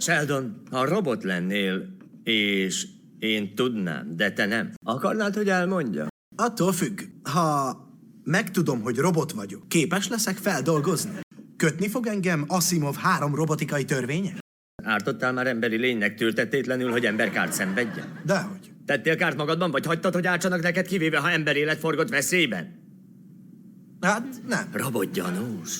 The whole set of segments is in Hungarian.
Sheldon, ha robot lennél, és én tudnám, de te nem, akarnád, hogy elmondja? Attól függ. Ha megtudom, hogy robot vagyok, képes leszek feldolgozni? Kötni fog engem Asimov 3 robotikai törvénye? Ártottál már emberi lénynek tültettétlenül, hogy ember kárt szenvedjen? Dehogy. Tettél kárt magadban, vagy hagytad, hogy ártsanak neked, kivéve, ha emberélet forgott veszélyben? Hát nem. Robotgyanús.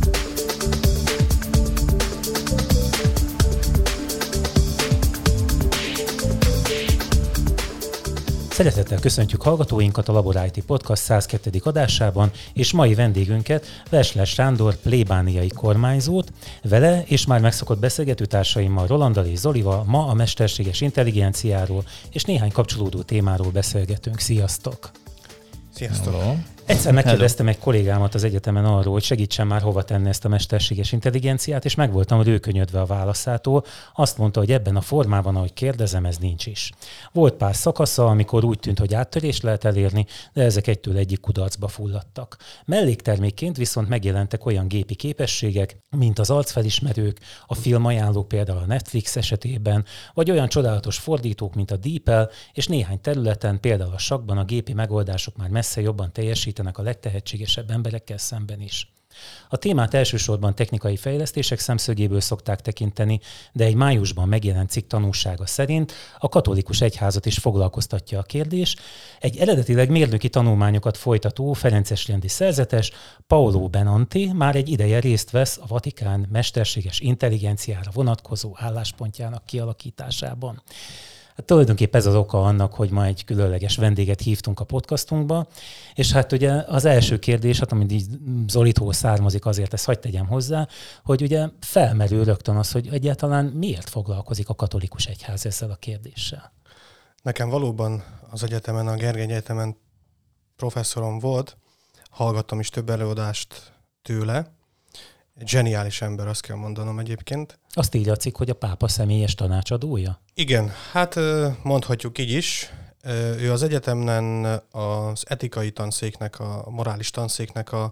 Szeretettel köszöntjük hallgatóinkat a Labor IT Podcast 102. adásában, és mai vendégünket, Versles Sándor plébániai kormányzót, vele és már megszokott beszélgetőtársaimmal, Rolanddal és Zolival ma a mesterséges intelligenciáról és néhány kapcsolódó témáról beszélgetünk. Sziasztok! Sziasztok! Hello. Egyszer megkérdeztem egy kollégámat az egyetemen arról, hogy segítsen már hova tenni ezt a mesterséges intelligenciát, és meg voltam rőkönyödve a válaszától. Azt mondta, hogy ebben a formában, ahogy kérdezem, ez nincs is. Volt pár szakasza, amikor úgy tűnt, hogy áttörést lehet elérni, de ezek egytől egyik kudarcba fulladtak. Melléktermékként viszont megjelentek olyan gépi képességek, mint az arcfelismerők, a filmajánlók például a Netflix esetében, vagy olyan csodálatos fordítók, mint a DeepL, és néhány területen, például a sakkban a gépi megoldások már messze jobban teljesítenek a legtehetségesebb emberekkel szemben is. A témát elsősorban technikai fejlesztések szemszögéből szokták tekinteni, de egy májusban megjelent cikk tanúsága szerint a katolikus egyházat is foglalkoztatja a kérdés. Egy eredetileg mérnöki tanulmányokat folytató ferencesrendi szerzetes, Paolo Benanti már egy ideje részt vesz a Vatikán mesterséges intelligenciára vonatkozó álláspontjának kialakításában. Hát tulajdonképpen ez az oka annak, hogy ma egy különleges vendéget hívtunk a podcastunkba, és hát ugye az első kérdés, hát amit így Zolitól származik, azért ezt hadd tegyem hozzá, hogy ugye felmerül rögtön az, hogy egyáltalán miért foglalkozik a katolikus egyház ezzel a kérdéssel. Nekem valóban az egyetemen, a Gergely Egyetemen professzorom volt, hallgattam is több előadást tőle. Egy zseniális ember, azt kell mondanom egyébként. Azt írja a cikk, hogy a pápa személyes tanácsadója? Igen, hát mondhatjuk így is. Ő az egyetemen az etikai tanszéknek, a morális tanszéknek a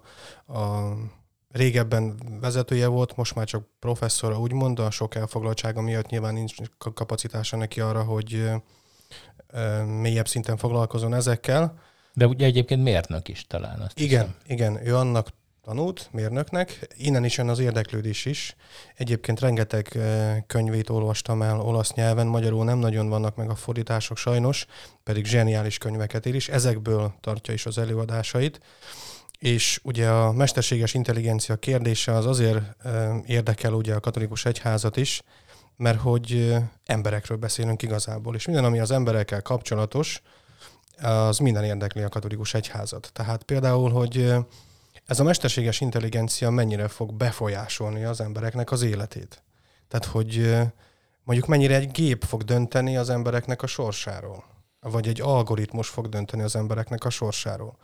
régebben vezetője volt, most már csak professzora, úgymond, a sok elfoglaltsága miatt nyilván nincs kapacitása neki arra, hogy mélyebb szinten foglalkozon ezekkel. De ugye egyébként mérnök is talán. Azt Igen, ő annak tanult, mérnöknek. Innen is jön az érdeklődés is. Egyébként rengeteg könyvét olvastam el olasz nyelven, magyarul nem nagyon vannak meg a fordítások sajnos, pedig zseniális könyveket ír is. Ezekből tartja is az előadásait. És ugye a mesterséges intelligencia kérdése az azért érdekel ugye a katolikus egyházat is, mert hogy emberekről beszélünk igazából, és minden, ami az emberekkel kapcsolatos, az minden érdekli a katolikus egyházat. Tehát például, hogy ez a mesterséges intelligencia mennyire fog befolyásolni az embereknek az életét. Tehát, hogy mondjuk mennyire egy gép fog dönteni az embereknek a sorsáról, vagy egy algoritmus fog dönteni az embereknek a sorsáról.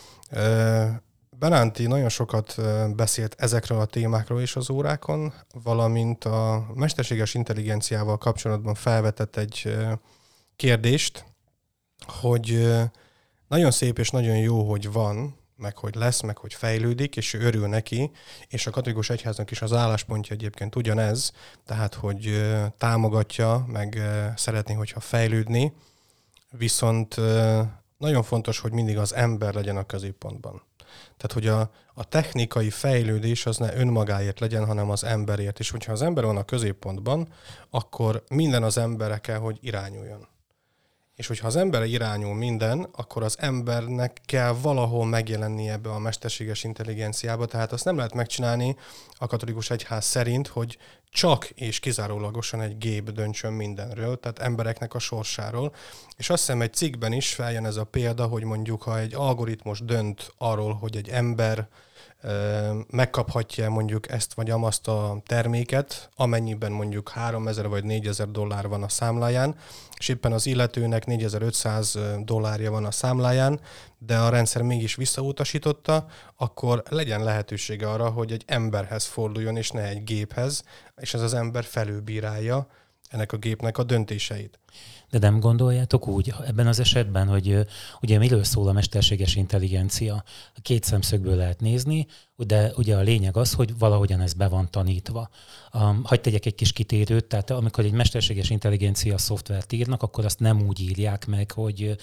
Benanti nagyon sokat beszélt ezekről a témákról is az órákon, valamint a mesterséges intelligenciával kapcsolatban felvetett egy kérdést, hogy nagyon szép és nagyon jó, hogy van, meg hogy lesz, meg hogy fejlődik, és ő örül neki, és a katolikus egyháznak is az álláspontja egyébként ugyanez, tehát hogy támogatja, meg szeretné, hogyha fejlődni, viszont nagyon fontos, hogy mindig az ember legyen a középpontban. Tehát, hogy a technikai fejlődés az ne önmagáért legyen, hanem az emberért, és hogyha az ember van a középpontban, akkor minden az emberre kell, hogy irányuljon. És hogyha az emberre irányul minden, akkor az embernek kell valahol megjelenni ebbe a mesterséges intelligenciába, tehát azt nem lehet megcsinálni a katolikus egyház szerint, hogy csak és kizárólagosan egy gép döntsön mindenről, tehát embereknek a sorsáról. És azt hiszem egy cikkben is feljön ez a példa, hogy mondjuk ha egy algoritmus dönt arról, hogy egy ember megkaphatja mondjuk ezt vagy amazt a terméket, amennyiben mondjuk 3000 vagy 4000 dollár van a számláján, és éppen az illetőnek 4500 dollárja van a számláján, de a rendszer mégis visszautasította, akkor legyen lehetősége arra, hogy egy emberhez forduljon, és ne egy géphez, és ez az ember felülbírálja ennek a gépnek a döntéseit. De nem gondoljátok úgy ebben az esetben, hogy ugye miről szól a mesterséges intelligencia? Két szemszögből lehet nézni, de ugye a lényeg az, hogy valahogyan ez be van tanítva. Hadd tegyek egy kis kitérőt, tehát amikor egy mesterséges intelligencia szoftvert írnak, akkor azt nem úgy írják meg, hogy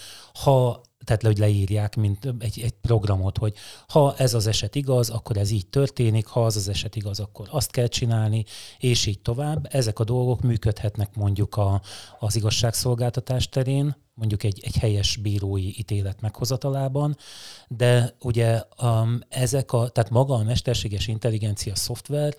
hogy leírják, mint egy programot, hogy ha ez az eset igaz, akkor ez így történik, ha az eset igaz, akkor azt kell csinálni, és így tovább. Ezek a dolgok működhetnek mondjuk az igazságszolgáltatás terén, mondjuk egy helyes bírói ítélet meghozatalában, de ugye tehát maga a mesterséges intelligencia szoftver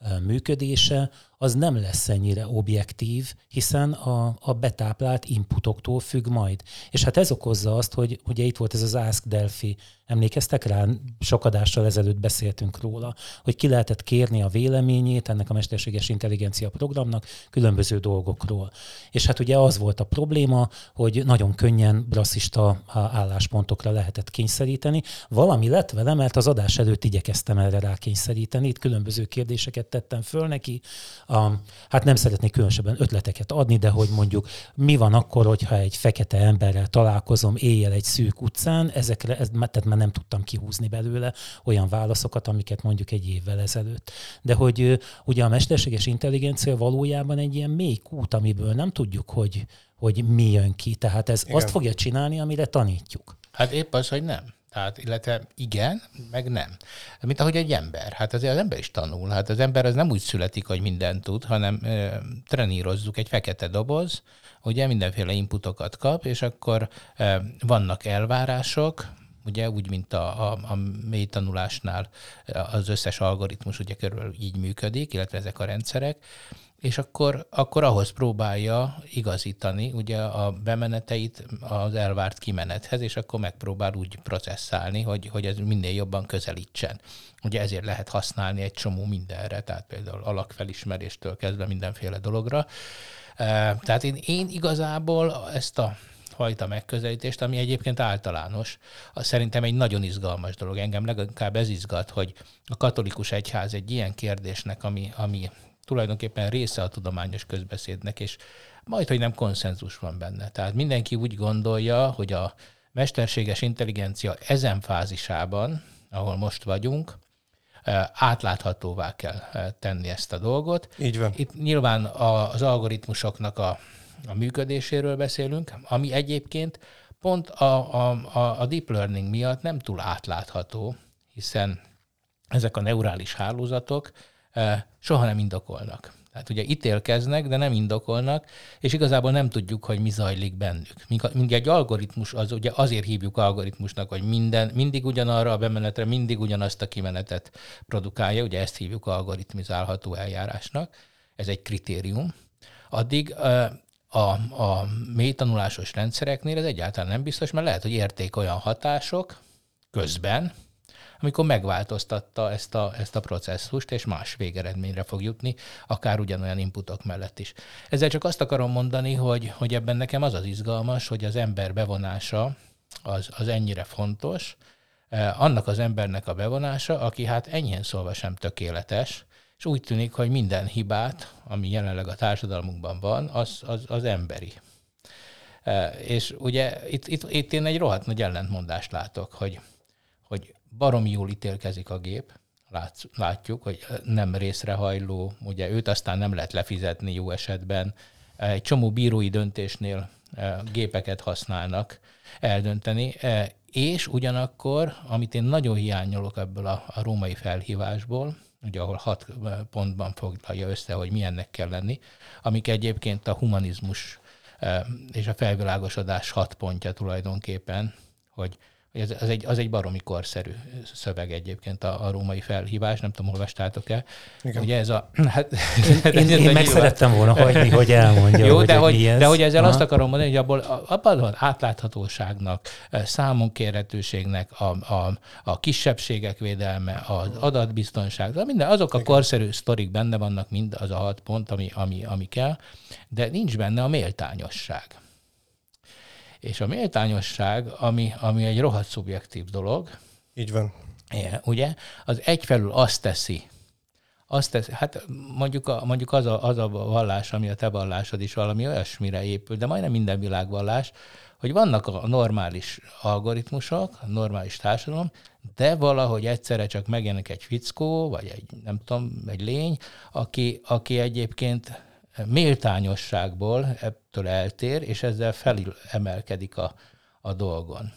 működése az nem lesz ennyire objektív, hiszen a betáplált inputoktól függ majd. És hát ez okozza azt, hogy ugye itt volt ez az Ask Delphi, emlékeztek rá? Sok adással ezelőtt beszéltünk róla, hogy ki lehetett kérni a véleményét ennek a mesterséges intelligencia programnak különböző dolgokról. És hát ugye az volt a probléma, hogy nagyon könnyen rasszista álláspontokra lehetett kényszeríteni. Valami lett vele, mert az adás előtt igyekeztem erre rákényszeríteni, itt különböző kérdéseket tettem föl neki. Hát nem szeretnék különösebben ötleteket adni, de hogy mondjuk mi van akkor, hogyha egy fekete emberrel találkozom éjjel egy szűk utcán, tehát már nem tudtam kihúzni belőle olyan válaszokat, amiket mondjuk egy évvel ezelőtt. De hogy ugye a mesterséges intelligencia valójában egy ilyen mély kút, amiből nem tudjuk, hogy mi jön ki. Tehát ez azt fogja csinálni, amire tanítjuk. Hát épp az, hogy nem. Tehát, illetve igen, meg nem. Mint ahogy egy ember. Hát azért az ember is tanul. Hát az ember az nem úgy születik, hogy mindent tud, hanem trenírozzuk egy fekete doboz, ugye mindenféle inputokat kap, és akkor vannak elvárások, ugye úgy, mint a mély tanulásnál az összes algoritmus ugye körülbelül így működik, illetve ezek a rendszerek, és akkor ahhoz próbálja igazítani ugye a bemeneteit az elvárt kimenethez, és akkor megpróbál úgy processzálni, hogy ez minél jobban közelítsen. Ugye ezért lehet használni egy csomó mindenre, tehát például alakfelismeréstől kezdve mindenféle dologra. Tehát én igazából ezt a fajta megközelítést, ami egyébként általános, az szerintem egy nagyon izgalmas dolog. Engem leginkább ez izgat, hogy a katolikus egyház egy ilyen kérdésnek, ami tulajdonképpen része a tudományos közbeszédnek, és majdhogy nem konszenzus van benne. Tehát mindenki úgy gondolja, hogy a mesterséges intelligencia ezen fázisában, ahol most vagyunk, átláthatóvá kell tenni ezt a dolgot. Így van. Itt nyilván az algoritmusoknak a működéséről beszélünk, ami egyébként pont a deep learning miatt nem túl átlátható, hiszen ezek a neurális hálózatok soha nem indokolnak. Tehát ugye ítélkeznek, de nem indokolnak, és igazából nem tudjuk, hogy mi zajlik bennük. Míg egy algoritmus, az ugye azért hívjuk algoritmusnak, hogy mindig ugyanarra a bemenetre, mindig ugyanazt a kimenetet produkálja, ugye ezt hívjuk algoritmizálható eljárásnak, ez egy kritérium. Addig a mély tanulásos rendszereknél ez egyáltalán nem biztos, mert lehet, hogy érték olyan hatások közben, amikor megváltoztatta ezt a processzust, és más végeredményre fog jutni, akár ugyanolyan inputok mellett is. Ezzel csak azt akarom mondani, hogy ebben nekem az izgalmas, hogy az ember bevonása az ennyire fontos, annak az embernek a bevonása, aki hát enyhén szólva sem tökéletes, és úgy tűnik, hogy minden hibát, ami jelenleg a társadalmunkban van, az emberi. És ugye itt én egy rohadt nagy ellentmondást látok, hogy baromi jól ítélkezik a gép, látjuk, hogy nem részrehajló, ugye őt aztán nem lehet lefizetni jó esetben. Egy csomó bírói döntésnél gépeket használnak eldönteni, és ugyanakkor, amit én nagyon hiányolok ebből a római felhívásból, ugye ahol 6 pontban foglalja össze, hogy milyennek kell lenni, amik egyébként a humanizmus és a felvilágosodás 6 pontja tulajdonképpen, hogy az egy baromi korszerű szöveg egyébként a római felhívás, nem tudom, olvastátok-e. Igen. Ugye ez a... Hát, én meg szerettem volna hagyni, hogy elmondja, jó, hogy mi ez. De hogy ezzel azt akarom mondani, hogy abban van átláthatóságnak, számon kérhetőségnek, a kisebbségek védelme, az adatbiztonság, minden, azok a korszerű sztorik benne vannak, mind az a 6 pont, ami kell, de nincs benne a méltányosság. És a méltányosság, ami egy rohadt szubjektív dolog. Így van. Ugye? Az egyfelől azt teszi azt tesz, hát mondjuk az a vallás, ami a te vallásod is valami olyasmire épül, de majdnem minden világvallás, hogy vannak a normális algoritmusok, a normális társadalom, de valahogy egyszerre csak megjelenik egy fickó, vagy egy lény, aki egyébként méltányosságból ettől eltér, és ezzel felül emelkedik a dolgon.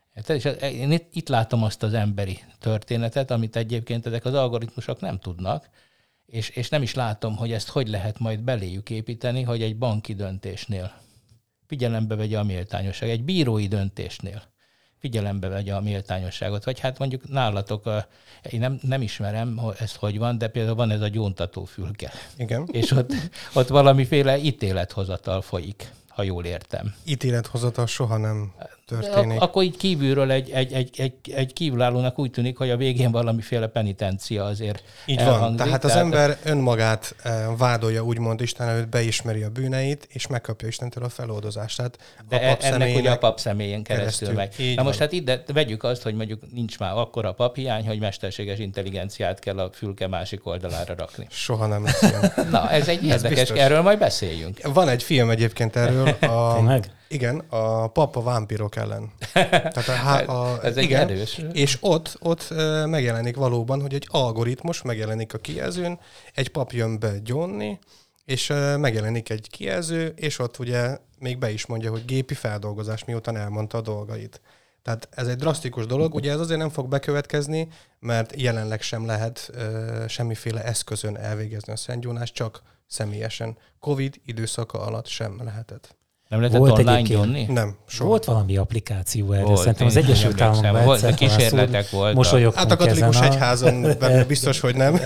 Én itt látom azt az emberi történetet, amit egyébként ezek az algoritmusok nem tudnak, és nem is látom, hogy ezt hogy lehet majd beléjük építeni, hogy egy banki döntésnél figyelembe vegye a méltányosságot, egy bírói döntésnél figyelembe vegye a méltányosságot. Vagy hát mondjuk nálatok, én nem ismerem, ez hogy van, de például van ez a gyóntató fülke. Igen. És ott valamiféle ítélethozatal folyik, ha jól értem. Ítélethozatal soha nem történik. Akkor így kívülről egy kívülállónak úgy tűnik, hogy a végén valamiféle penitencia azért így van. Tehát az ember önmagát vádolja, úgymond Isten előtt, beismeri a bűneit, és megkapja Istentől a feloldozást. Tehát de ennek ugye a pap személyen keresztül megy. Na most hát ide vegyük azt, hogy mondjuk nincs már akkora paphiány, hogy mesterséges intelligenciát kell a fülke másik oldalára rakni. Soha nem lesz ilyen. Na, ez egy érdekes, erről majd beszéljünk. Van egy film egyébként erről. Tényleg? Igen, a pap a vámpírok ellen. Tehát ez egy igen, erős. És ott megjelenik valóban, hogy egy algoritmus megjelenik a kijelzőn, egy pap jön be gyónni, és megjelenik egy kijelző, és ott ugye még be is mondja, hogy gépi feldolgozás, miután elmondta a dolgait. Tehát ez egy drasztikus dolog, ugye ez azért nem fog bekövetkezni, mert jelenleg sem lehet semmiféle eszközön elvégezni a szentgyónást, csak személyesen. Covid időszaka alatt sem lehetett. Nem lehetett online gyónni? Nem, soha. Volt valami applikáció erre, volt, szerintem az Egyesült Államokban volt, kísérletek voltak. Mosolyogtunk hát a katolikus ezen egyházon belül biztos, hogy nem,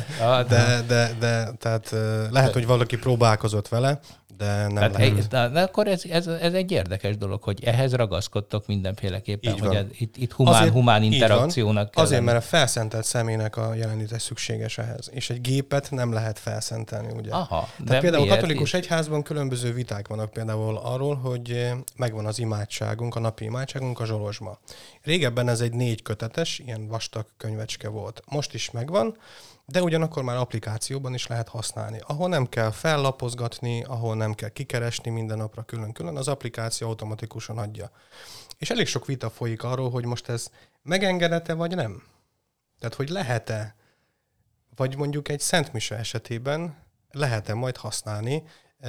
de tehát lehet, hogy valaki próbálkozott vele, de nem lehet. De akkor ez egy érdekes dolog, hogy ehhez ragaszkodtok mindenféleképpen, hogy itt humán interakciónak kell. Azért, mert a felszentelt személynek a jelenítés szükséges ehhez, és egy gépet nem lehet felszentelni, ugye? Aha, tehát például a katolikus egyházban különböző viták vannak például arról, hogy megvan az imádságunk, a napi imádságunk, a zsolozsma. Régebben ez egy 4 kötetes, ilyen vastag könyvecske volt. Most is megvan, de ugyanakkor már applikációban is lehet használni. Ahol nem kell fellapozgatni, ahol nem kell kikeresni minden napra külön-külön, az applikáció automatikusan adja. És elég sok vita folyik arról, hogy most ez megengedete vagy nem. Tehát, hogy lehet-e, vagy mondjuk egy szentmise esetében lehet-e majd használni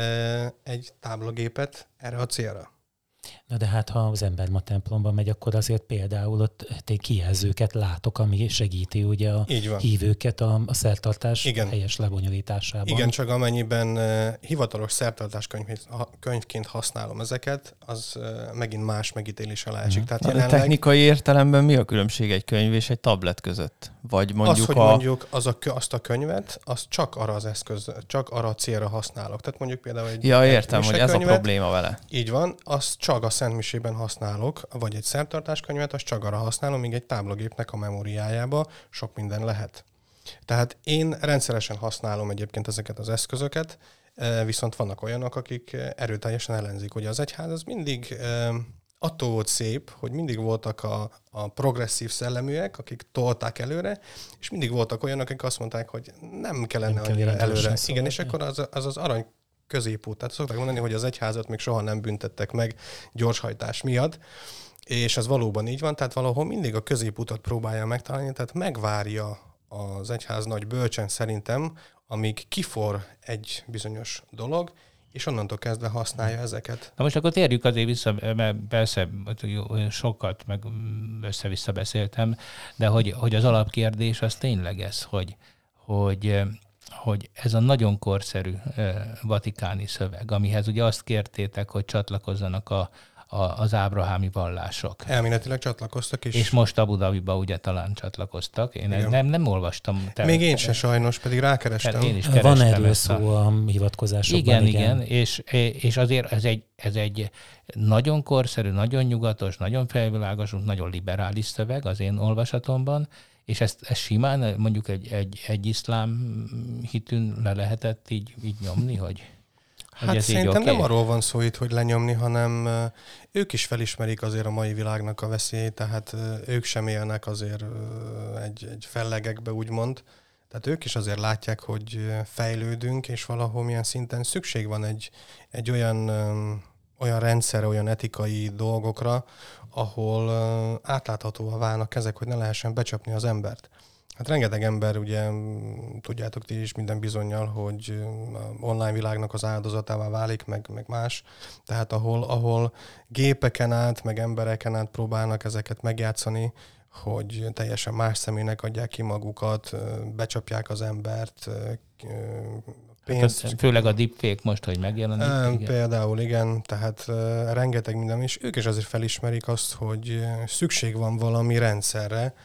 egy táblagépet erre a célra. Na de hát, ha az ember ma templomban megy, akkor azért például ott kijelzőket látok, ami segíti ugye a hívőket a szertartás helyes lebonyolításában. Igen, csak amennyiben hivatalos szertartáskönyvként használom ezeket, az megint más megítélés alá esik. Tehát jelenleg... technikai értelemben mi a különbség egy könyv és egy tablet között? Vagy mondjuk mondjuk azt a könyvet, azt csak arra az eszköz, csak arra a célra használok. Tehát mondjuk például egy értem, hogy ez a probléma vele. Így van, azt csak a szentmisében használok, vagy egy szertartáskönyvet, azt csak arra használom, míg egy táblagépnek a memóriájába sok minden lehet. Tehát én rendszeresen használom egyébként ezeket az eszközöket, viszont vannak olyanok, akik erőteljesen ellenzik. Ugye az egyház az mindig attól volt szép, hogy mindig voltak a progresszív szelleműek, akik tolták előre, és mindig voltak olyanok, akik azt mondták, hogy nem kellene annyira előre. Igen, és akkor az arany középút. Tehát szokták mondani, hogy az egyházat még soha nem büntettek meg gyorshajtás miatt, és ez valóban így van, tehát valahol mindig a középutat próbálja megtalálni, tehát megvárja az egyház nagy bölcsen szerintem, amíg kifor egy bizonyos dolog, és onnantól kezdve használja ezeket. Na most akkor térjük azért vissza, mert persze sokat meg össze-vissza beszéltem, de hogy az alapkérdés az tényleg ez, hogy ez a nagyon korszerű vatikáni szöveg, amihez ugye azt kértétek, hogy csatlakozzanak az ábrahámi vallások. Elméletileg csatlakoztak is. És most Abu Dhabiba ugye talán csatlakoztak. Én nem olvastam. Még én se sajnos, pedig rákerestem. Én is van erről szó a hivatkozásokban. Igen. És azért ez egy nagyon korszerű, nagyon nyugatos, nagyon felvilágos, nagyon liberális szöveg az én olvasatomban, és ezt simán mondjuk egy iszlám hitűn le lehetett így nyomni, hogy hát ez szerintem így okay? nem arról van szó itt, hogy lenyomni, hanem ők is felismerik azért a mai világnak a veszélyét, tehát ők sem élnek azért egy fellegekbe, úgymond. Tehát ők is azért látják, hogy fejlődünk, és valahol milyen szinten szükség van egy olyan rendszerre, olyan etikai dolgokra, ahol átláthatóan válnak ezek, hogy ne lehessen becsapni az embert. Hát rengeteg ember, ugye tudjátok ti is minden bizonnyal, hogy online világnak az áldozatává válik, meg más. Tehát ahol gépeken át, meg embereken át próbálnak ezeket megjátszani, hogy teljesen más személynek adják ki magukat, becsapják az embert, pénzt. Hát főleg a deepfake most, hogy megjelenik. Például igen, tehát rengeteg minden, és ők is azért felismerik azt, hogy szükség van valami rendszerre,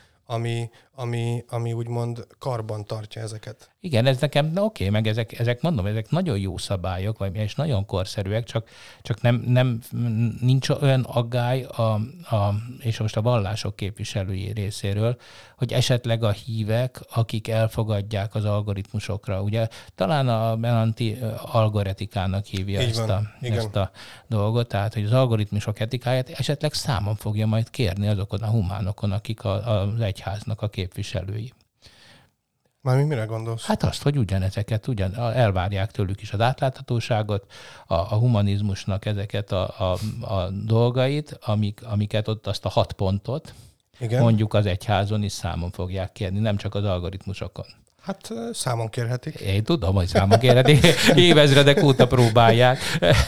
ami úgymond karban tartja ezeket. Igen, ez nekem oké, meg ezek mondom, ezek nagyon jó szabályok, és nagyon korszerűek, csak nincs olyan aggály és most a vallások képviselői részéről, hogy esetleg a hívek, akik elfogadják az algoritmusokra, ugye talán a Melanti algoretikának hívja ezt a dolgot, tehát hogy az algoritmusok etikáját esetleg számon fogja majd kérni azokon a humánokon, akik az egyháznak a képviselői. Mármint mire gondolsz? Hát azt, hogy ugyanezeket elvárják tőlük is az átláthatóságot, a humanizmusnak ezeket a dolgait, amiket ott azt a 6 pontot, igen, mondjuk az egyházon is számon fogják kérni, nem csak az algoritmusokon. Hát számon kérhetik. Én tudom, hogy számon kérhetik. Évezredek óta próbálják.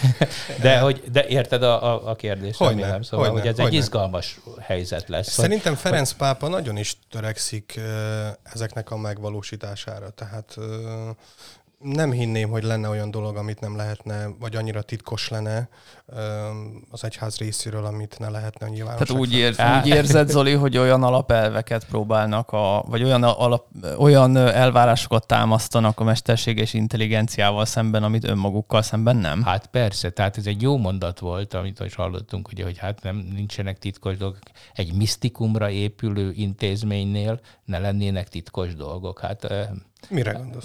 De érted a kérdést? Remélem, szóval, hogy ez egy izgalmas helyzet lesz. Szerintem Ferenc pápa nagyon is törekszik ezeknek a megvalósítására. Tehát nem hinném, hogy lenne olyan dolog, amit nem lehetne, vagy annyira titkos lenne az egyház részéről, amit ne lehetne a nyilvánosság. Tehát úgy érzed, Zoli, hogy olyan alapelveket próbálnak, vagy olyan elvárásokat támasztanak a mesterséges intelligenciával szemben, amit önmagukkal szemben nem? Hát persze, tehát ez egy jó mondat volt, amit is hallottunk, ugye, hogy hát nincsenek titkos dolgok. Egy misztikumra épülő intézménynél ne lennének titkos dolgok. Hát mire gondolsz?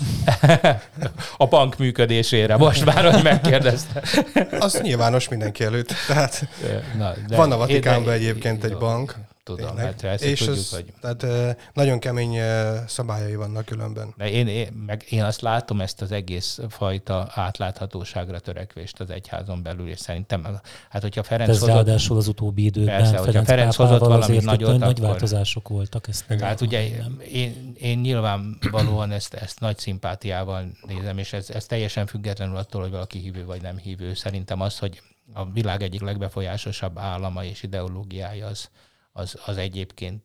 A bank működésére, most már, hogy megkérdezte. Az nyilvános mindenki előtt. Tehát van a Vatikánban egyébként egy bank. Tudom, hát ezt és tudjuk, hogy... Tehát nagyon kemény szabályai vannak különben. De én azt látom, ezt az egész fajta átláthatóságra törekvést az egyházon belül, és szerintem, hát hogyha Ferenc hozott... ráadásul az utóbbi időben persze, Ferenc hozott valami nagyot, nagy változások voltak. Hát ugye én nyilvánvalóan ezt nagy szimpátiával nézem, és ez teljesen függetlenül attól, hogy valaki hívő vagy nem hívő. Szerintem az, hogy a világ egyik legbefolyásosabb állama és ideológiája az egyébként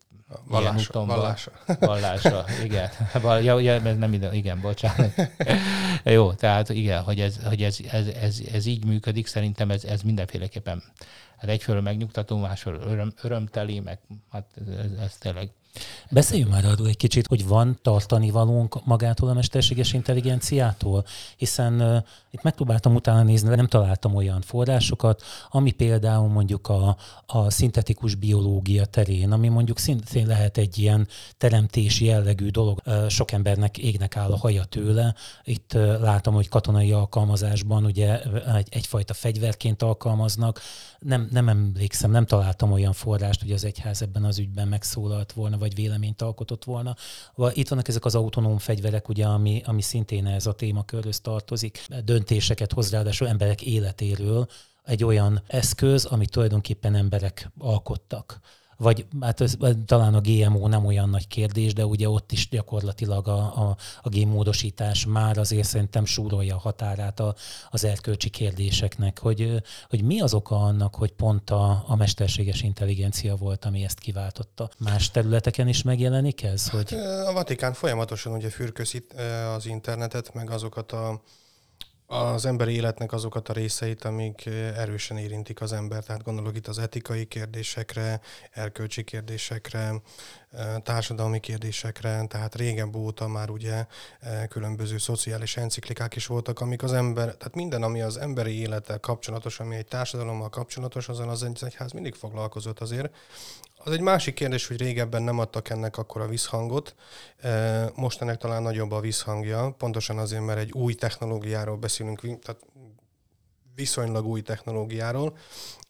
vallása, igen. Ez nem igen, bocsánat. Jó, tehát igen, hogy ez így működik, szerintem ez mindenféleképpen hát egyfelől megnyugtató, másfelől örömteli, meg hát ez tényleg. Beszéljünk már arról egy kicsit, hogy van tartani valónk magától a mesterséges intelligenciától, hiszen itt megpróbáltam utána nézni, nem találtam olyan forrásokat, ami például mondjuk a szintetikus biológia terén, ami mondjuk szintén lehet egy ilyen teremtési jellegű dolog. Sok embernek égnek áll a haja tőle. Itt látom, hogy katonai alkalmazásban ugye egyfajta fegyverként alkalmaznak. Nem emlékszem, nem találtam olyan forrást, hogy az egyház ebben az ügyben megszólalt volna, vagy véleményt alkotott volna. Itt vannak ezek az autonóm fegyverek, ugye, ami szintén ez a témakörhöz tartozik. Döntéseket hoz, ráadásul emberek életéről, egy olyan eszköz, amit tulajdonképpen emberek alkottak. Vagy hát talán a GMO nem olyan nagy kérdés, de ugye ott is gyakorlatilag a génmódosítás már azért szerintem súrolja a határát az erkölcsi kérdéseknek, hogy mi az oka annak, hogy pont a mesterséges intelligencia volt, ami ezt kiváltotta. Más területeken is megjelenik ez? Hogy... A Vatikán folyamatosan ugye fürköszi az internetet, meg azokat az emberi életnek azokat a részeit, amik erősen érintik az embert. Tehát gondolok itt az etikai kérdésekre, erkölcsi kérdésekre, társadalmi kérdésekre, tehát régen óta már ugye különböző szociális enciklikák is voltak, amik az ember, tehát minden, ami az emberi élettel kapcsolatos, ami egy társadalommal kapcsolatos, azzal az egyház mindig foglalkozott azért. Az egy másik kérdés, hogy régebben nem adtak ennek akkora visszhangot, most ennek talán nagyobb a visszhangja, pontosan azért, mert egy új technológiáról beszélünk, tehát viszonylag új technológiáról,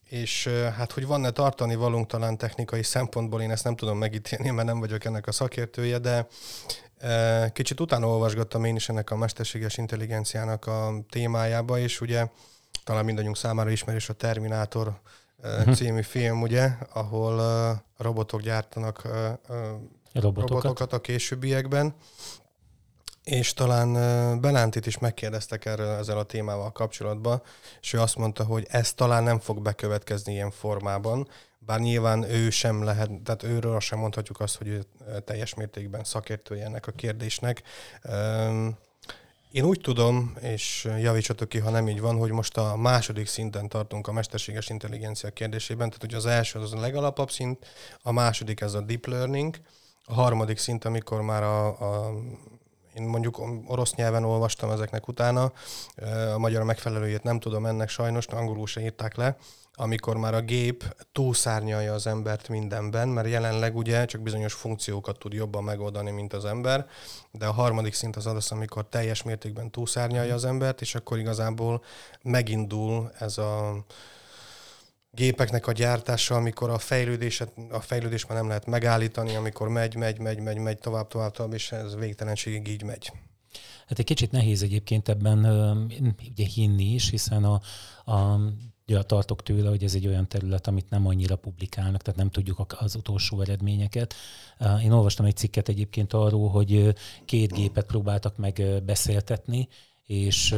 És hát, hogy van-e tartani valunk talán technikai szempontból, én ezt nem tudom megítélni, mert nem vagyok ennek a szakértője, de kicsit utána olvasgattam én is ennek a mesterséges intelligenciának a témájába, és ugye talán mindannyiunk számára ismerős a Terminátor című film, ugye, ahol robotok gyártanak robotokat a későbbiekben, és talán Belántit is megkérdeztek ezzel a témával kapcsolatban, és ő azt mondta, hogy ez talán nem fog bekövetkezni ilyen formában, bár nyilván ő sem lehet, tehát őről sem mondhatjuk azt, hogy ő teljes mértékben szakértője ennek a kérdésnek. Én úgy tudom, és javítsatok ki, ha nem így van, hogy most a második szinten tartunk a mesterséges intelligencia kérdésében, tehát hogy az első az a legalapabb szint, a második ez a deep learning, a harmadik szint, amikor már én mondjuk orosz nyelven olvastam ezeknek utána, a magyar megfelelőjét nem tudom ennek sajnos, angolul se írták le, amikor már a gép túlszárnyalja az embert mindenben, mert jelenleg ugye csak bizonyos funkciókat tud jobban megoldani, mint az ember, de a harmadik szint az, amikor teljes mértékben túlszárnyalja az embert, és akkor igazából megindul ez a gépeknek a gyártása, amikor a fejlődést már nem lehet megállítani, amikor megy tovább, és ez végtelenségig így megy. Hát egy kicsit nehéz egyébként ebben ugye hinni is, hiszen tartok tőle, hogy ez egy olyan terület, amit nem annyira publikálnak, tehát nem tudjuk az utolsó eredményeket. Én olvastam egy cikket egyébként arról, hogy 2 gépet próbáltak meg beszéltetni, és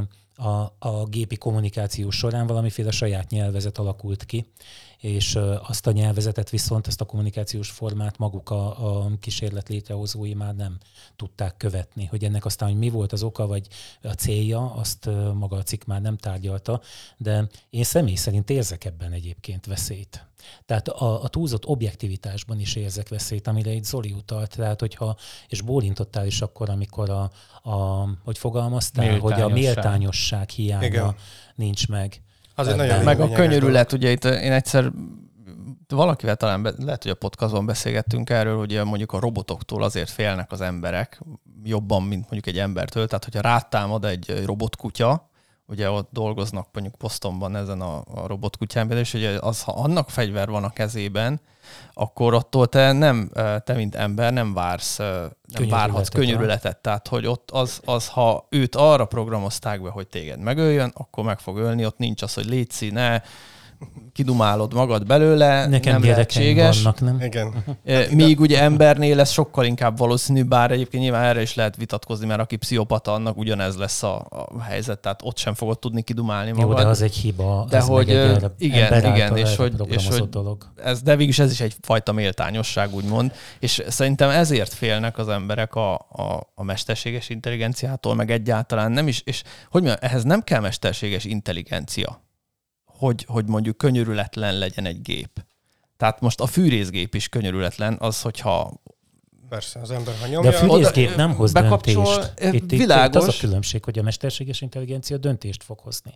a gépi kommunikáció során valamiféle saját nyelvezet alakult ki, és azt a nyelvezetet viszont, ezt a kommunikációs formát maguk a kísérlet létrehozói már nem tudták követni. Hogy ennek aztán, hogy mi volt az oka, vagy a célja, azt maga a cikk már nem tárgyalta, de én személy szerint érzek ebben egyébként veszélyt. Tehát a túlzott objektivitásban is érzek veszélyt, amire egy Zoli utalt. Tehát, hogyha, és bólintottál is akkor, amikor hogy fogalmaztál, hogy a méltányosság hiánya igen. nincs meg. Meg a könyörület, ugye itt én egyszer valakivel talán lehet, hogy a podcastban beszélgettünk erről, hogy mondjuk a robotoktól azért félnek az emberek jobban, mint mondjuk egy embertől. Tehát, hogyha rátámad egy robotkutya, ugye ott dolgoznak mondjuk Bostonban ezen a robotkutyán, és ugye ha annak fegyver van a kezében, akkor attól te mint ember nem várhatsz könyörületet. Tehát, hogy ott ha őt arra programozták be, hogy téged megöljön, akkor meg fog ölni, ott nincs az, hogy létszi, ne kidumálod magad belőle, nekem nem lehetséges. Vannak, nem? Igen. Míg ugye embernél ez sokkal inkább valószínű, bár egyébként nyilván erre is lehet vitatkozni, mert aki pszichopata, annak ugyanez lesz a helyzet, tehát ott sem fogod tudni kidumálni magad. Jó, de az egy hiba. De hogy igen, és hogy dolog. De végülis ez is egyfajta méltányosság, úgymond, és szerintem ezért félnek az emberek a mesterséges intelligenciától, meg egyáltalán nem is, és hogy mondjam, ehhez nem kell mesterséges intelligencia, hogy mondjuk könyörületlen legyen egy gép. Tehát most a fűrészgép is könyörületlen, az, hogyha... Persze, az ember, ha nyomja... De a fűrészgép nem hoz döntést. Világos. Itt az a különbség, hogy a mesterséges intelligencia döntést fog hozni.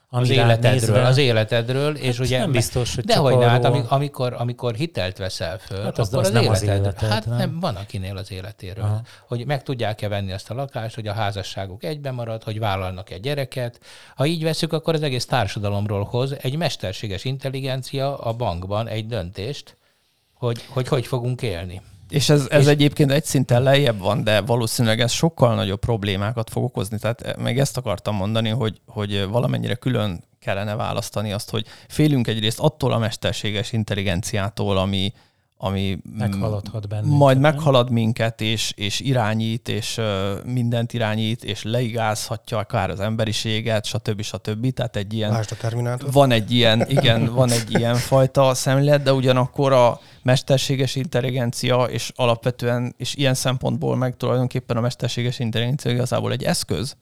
Az életedről, és ugye nem biztos, hogy dehogy arról... hát, amikor hitelt veszel föl, hát akkor az nem az életed. Hát nem, van akinél az életéről. Aha. Hogy meg tudják-e venni azt a lakást, hogy a házasságuk egyben marad, hogy vállalnak-e gyereket. Ha így veszük, akkor az egész társadalomról hoz egy mesterséges intelligencia a bankban egy döntést, hogy fogunk élni. És ez egyébként egy szinten lejjebb van, de valószínűleg ez sokkal nagyobb problémákat fog okozni. Tehát meg ezt akartam mondani, hogy valamennyire külön kellene választani azt, hogy félünk egyrészt attól a mesterséges intelligenciától, ami meghaladhat bennünket, majd meghalad minket, és irányít, és mindent irányít, és leigázhatja akár az emberiséget, stb. Tehát egy ilyen... Lásd a Terminátor. Van egy ilyen fajta szemlélet, de ugyanakkor a mesterséges intelligencia, és alapvetően, és ilyen szempontból meg tulajdonképpen a mesterséges intelligencia igazából egy eszköz,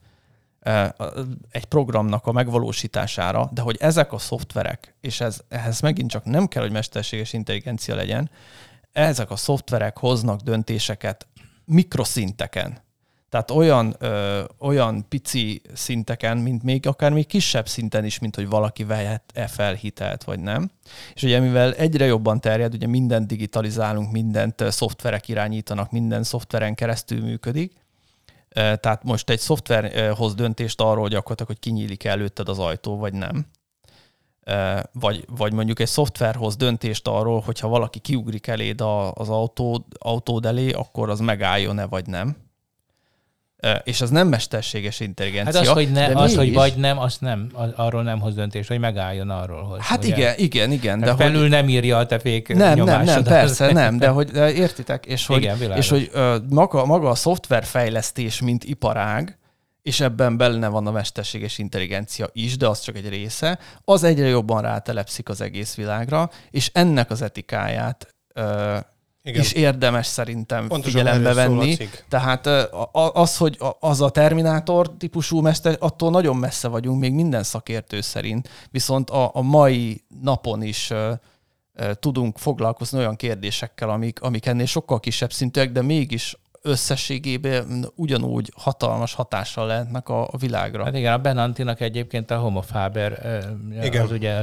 egy programnak a megvalósítására, de hogy ezek a szoftverek, és ehhez megint csak nem kell, hogy mesterséges intelligencia legyen, ezek a szoftverek hoznak döntéseket mikroszinteken. Tehát olyan pici szinteken, mint akár még kisebb szinten is, mint hogy valaki vehet-e fel hitelt, vagy nem. És ugye mivel egyre jobban terjed, ugye mindent digitalizálunk, mindent szoftverek irányítanak, minden szoftveren keresztül működik. Tehát most egy szoftver hoz döntést arról gyakorlatilag, hogy kinyílik előtted az ajtó, vagy nem. vagy mondjuk egy szoftver hoz döntést arról, hogyha valaki kiugrik eléd az autód elé, akkor az megálljon-e, vagy nem. És az nem mesterséges intelligencia. Hát hogy vagy nem, azt nem, arról nem hoz döntést, hogy megálljon arról. Hogy, hát ugye, igen. De felül nem írja a te fék nyomásodat. Nem, persze, nem, de értitek, és hogy maga a szoftverfejlesztés, mint iparág, és ebben benne van a mesterséges intelligencia is, de az csak egy része, az egyre jobban rátelepszik az egész világra, és ennek az etikáját is érdemes szerintem figyelembe venni. Tehát az, hogy az a Terminátor típusú mester, attól nagyon messze vagyunk még minden szakértő szerint, viszont a mai napon is tudunk foglalkozni olyan kérdésekkel, amik ennél sokkal kisebb szintűek, de mégis összességében ugyanúgy hatalmas hatással lehetnek a világra. Hát igen, a Benantinak egyébként a Homo Faber, az ugye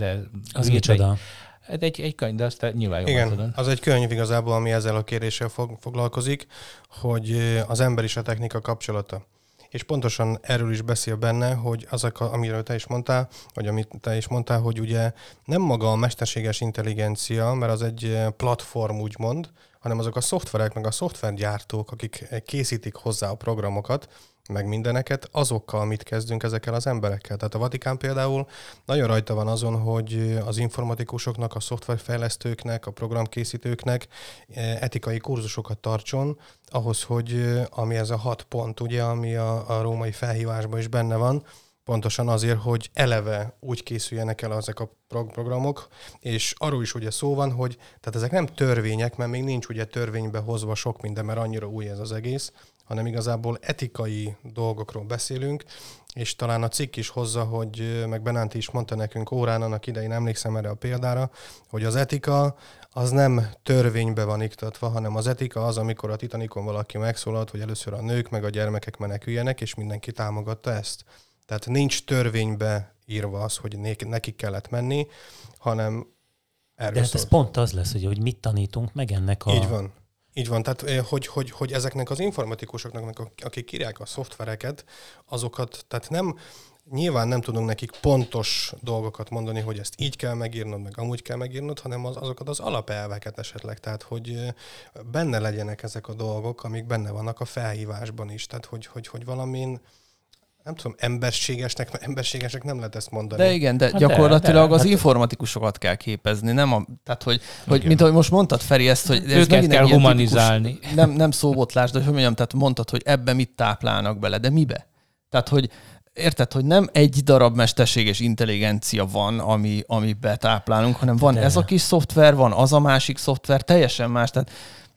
az micsoda? Egy könyv, de azt nyilván jól igen, tudod. Az egy könyv igazából, ami ezzel a kérdéssel foglalkozik, hogy az ember és a technika kapcsolata. És pontosan erről is beszél benne, hogy azok, amiről te is mondtál, vagy amit te is mondtál, hogy ugye nem maga a mesterséges intelligencia, mert az egy platform úgymond, hanem azok a szoftverek, meg a szoftvergyártók, akik készítik hozzá a programokat, meg mindeneket, azokkal mit kezdünk ezekkel az emberekkel. Tehát a Vatikán például nagyon rajta van azon, hogy az informatikusoknak, a szoftverfejlesztőknek, a programkészítőknek etikai kurzusokat tartson, ahhoz, hogy ami ez a 6 pont, ugye, ami a római felhívásban is benne van, pontosan azért, hogy eleve úgy készüljenek el ezek a programok, és arról is ugye szó van, hogy tehát ezek nem törvények, mert még nincs ugye törvénybe hozva sok minden, mert annyira új ez az egész, hanem igazából etikai dolgokról beszélünk, és talán a cikk is hozza, hogy meg Benanti is mondta nekünk órán, annak idején emlékszem erre a példára, hogy az etika az nem törvénybe van iktatva, hanem az etika az, amikor a Titanicon valaki megszólalt, hogy először a nők meg a gyermekek meneküljenek, és mindenki támogatta ezt. Tehát nincs törvénybe írva az, hogy nekik kellett menni, hanem erről de hát ez pont az lesz, hogy mit tanítunk meg ennek a... Így van, tehát hogy ezeknek az informatikusoknak, akik írják a szoftvereket, azokat, tehát nyilván nem tudunk nekik pontos dolgokat mondani, hogy ezt így kell megírnod, meg amúgy kell megírnod, hanem azokat az alapelveket esetleg, tehát hogy benne legyenek ezek a dolgok, amik benne vannak a felhívásban is, tehát hogy valamin nem tudom, emberségesnek nem lehet ezt mondani. De igen, de gyakorlatilag az informatikusokat kell képezni, tehát hogy mint ahogy most mondtad, Feri, ezt, hogy ez őket kell humanizálni. Nem szóbotlás, de hogy mondjam, tehát mondtad, hogy ebbe mit táplálnak bele, de mibe? Tehát, hogy érted, hogy nem egy darab mesterséges intelligencia van, amibe táplálunk, hanem van ez a kis szoftver, van az a másik szoftver, teljesen más, tehát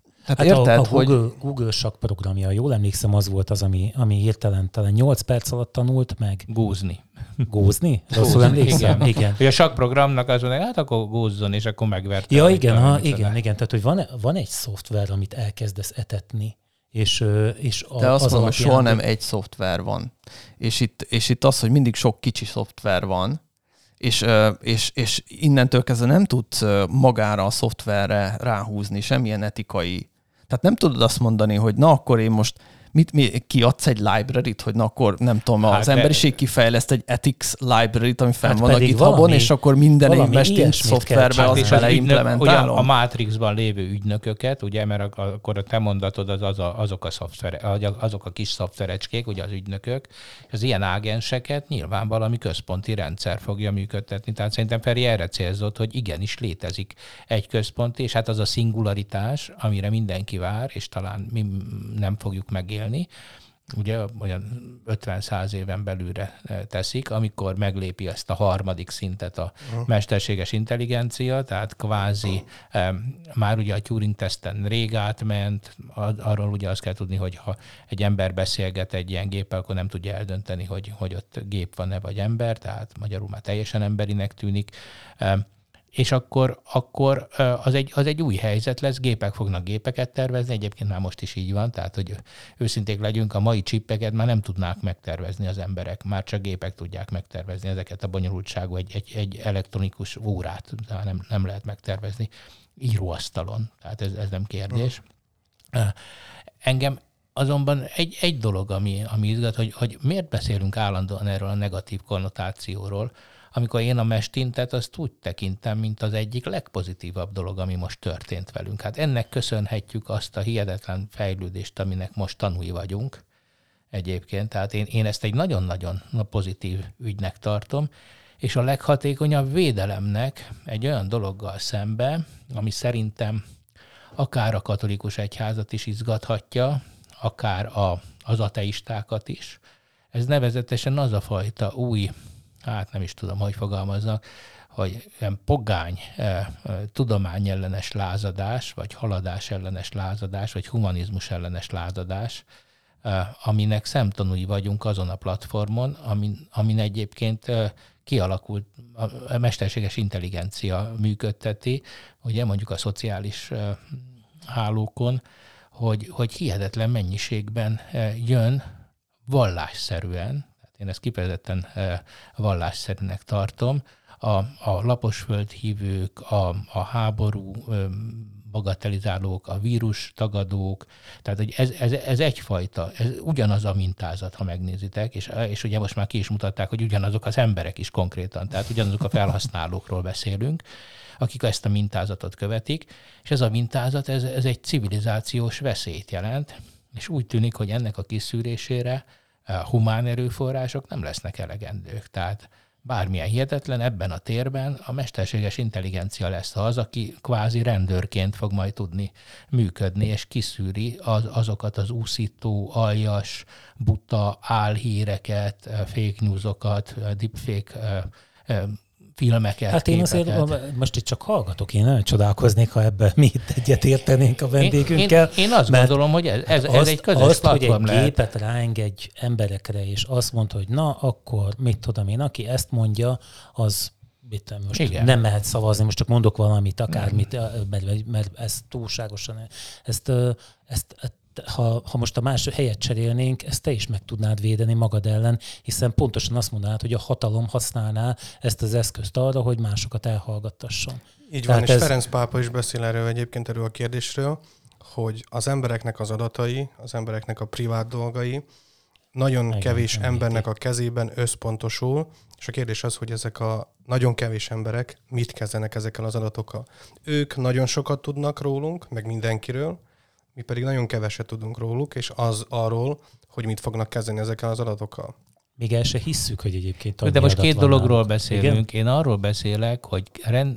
érted, a Google Sakk programja, jól emlékszem, az volt az, ami hirtelen talán 8 perc alatt tanult meg. Gózni? Rosszul emlékszem? Igen. Hogy a Sakk programnak az mondja, hát akkor gózzon, és akkor megverte. Ja, igen. Tehát, hogy van egy szoftver, amit elkezdesz etetni. De azt mondom, hogy soha nem egy szoftver van. És itt az, hogy mindig sok kicsi szoftver van, és innentől kezdve nem tudsz magára a szoftverre ráhúzni semmilyen etikai. Tehát nem tudod azt mondani, hogy na akkor én most kiadsz egy library-t, hogy na akkor nem tudom, az emberiség kifejleszt egy ethics library-t, ami fenn van a GitHubon, és akkor minden investing szoftverbe az beleimplementálom. A Matrixban lévő ügynököket, ugye, mert akkor a te mondatod azok a kis szoftverecskék, ugye az ügynökök, az ilyen ágenseket nyilván valami központi rendszer fogja működtetni. Tehát szerintem Feri erre célzott, hogy igenis létezik egy központi, és hát az a szingularitás, amire mindenki vár, és talán mi nem fogjuk megélni, ugye olyan 50-100 éven belülre teszik, amikor meglépi ezt a harmadik szintet a mesterséges intelligencia, tehát kvázi már ugye a Turing-teszten rég átment, arról ugye azt kell tudni, hogy ha egy ember beszélget egy ilyen géppel, akkor nem tudja eldönteni, hogy ott gép van-e vagy ember, tehát magyarul már teljesen emberinek tűnik. És akkor az egy új helyzet lesz, gépek fognak gépeket tervezni, egyébként már most is így van, tehát hogy őszinték legyünk, a mai csippeket már nem tudnák megtervezni az emberek, már csak gépek tudják megtervezni ezeket a bonyolultságú, egy elektronikus órát nem lehet megtervezni íróasztalon, tehát ez nem kérdés. Engem Azonban egy dolog, ami izgat, hogy miért beszélünk állandóan erről a negatív konnotációról, amikor én a mestintet azt úgy tekintem, mint az egyik legpozitívabb dolog, ami most történt velünk. Hát ennek köszönhetjük azt a hihetetlen fejlődést, aminek most tanúi vagyunk egyébként. Tehát én ezt egy nagyon-nagyon pozitív ügynek tartom, és a leghatékonyabb védelemnek egy olyan dologgal szembe, ami szerintem akár a katolikus egyházat is izgathatja, akár az ateistákat is. Ez nevezetesen az a fajta új, hát nem is tudom, hogy fogalmaznak, hogy ilyen pogány tudományellenes lázadás, vagy haladás ellenes lázadás, vagy humanizmus ellenes lázadás, aminek szemtanúi vagyunk azon a platformon, amin egyébként kialakult, a mesterséges intelligencia működteti, ugye mondjuk a szociális hálókon, hogy hihetetlen mennyiségben jön vallásszerűen, én ezt kifejezetten vallásszerűnek tartom, a laposföld hívők, a háború bagatelizálók, a vírus tagadók, tehát hogy ez egyfajta, ez ugyanaz a mintázat, ha megnézitek, és ugye most már ki is mutatták, hogy ugyanazok az emberek is konkrétan, tehát ugyanazok a felhasználókról beszélünk, akik ezt a mintázatot követik, és ez a mintázat, ez egy civilizációs veszélyt jelent, és úgy tűnik, hogy ennek a kiszűrésére humán erőforrások nem lesznek elegendők. Tehát bármilyen hihetetlen, ebben a térben a mesterséges intelligencia lesz az, aki kvázi rendőrként fog majd tudni működni, és kiszűri azokat az úszító, aljas, buta álhíreket, fake newsokat, deepfake filmeket, hát én képeket. azért most itt csak hallgatok, én nagyon csodálkoznék, ha ebben mi itt egyet értenénk a vendégünkkel. Én azt gondolom, hogy ez egy közös platform hogy egy lehet. gépet ráengedj emberekre, és azt mondta, hogy na, akkor mit tudom én, aki ezt mondja, az most igen. nem mehet szavazni, most csak mondok valamit, akármit, mert ez túlságosan, ha most a más helyet cserélnénk, ezt te is meg tudnád védeni magad ellen, hiszen pontosan azt mondanád, hogy a hatalom használná ezt az eszközt arra, hogy másokat elhallgattasson. Így van, és Ferenc pápa is beszél erről a kérdésről, hogy az embereknek az adatai, az embereknek a privát dolgai nagyon kevés embernek a kezében összpontosul, és a kérdés az, hogy ezek a nagyon kevés emberek mit kezdenek ezekkel az adatokkal. Ők nagyon sokat tudnak rólunk, meg mindenkiről, mi pedig nagyon keveset tudunk róluk, és az arról, hogy mit fognak kezdeni ezekkel az adatokkal. Még el se hisszük, hogy egyébként de most két dologról beszélünk. Igen? Én arról beszélek, hogy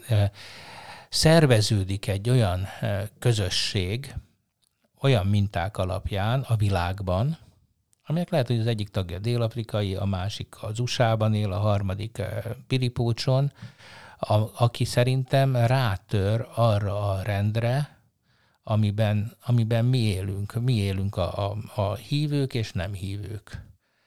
szerveződik egy olyan közösség, olyan minták alapján a világban, amelyek lehet, hogy az egyik tagja dél-afrikai, a másik az USA-ban él, a harmadik Piripócson, aki szerintem rátör arra a rendre, amiben mi élünk. Mi élünk a hívők és nem hívők.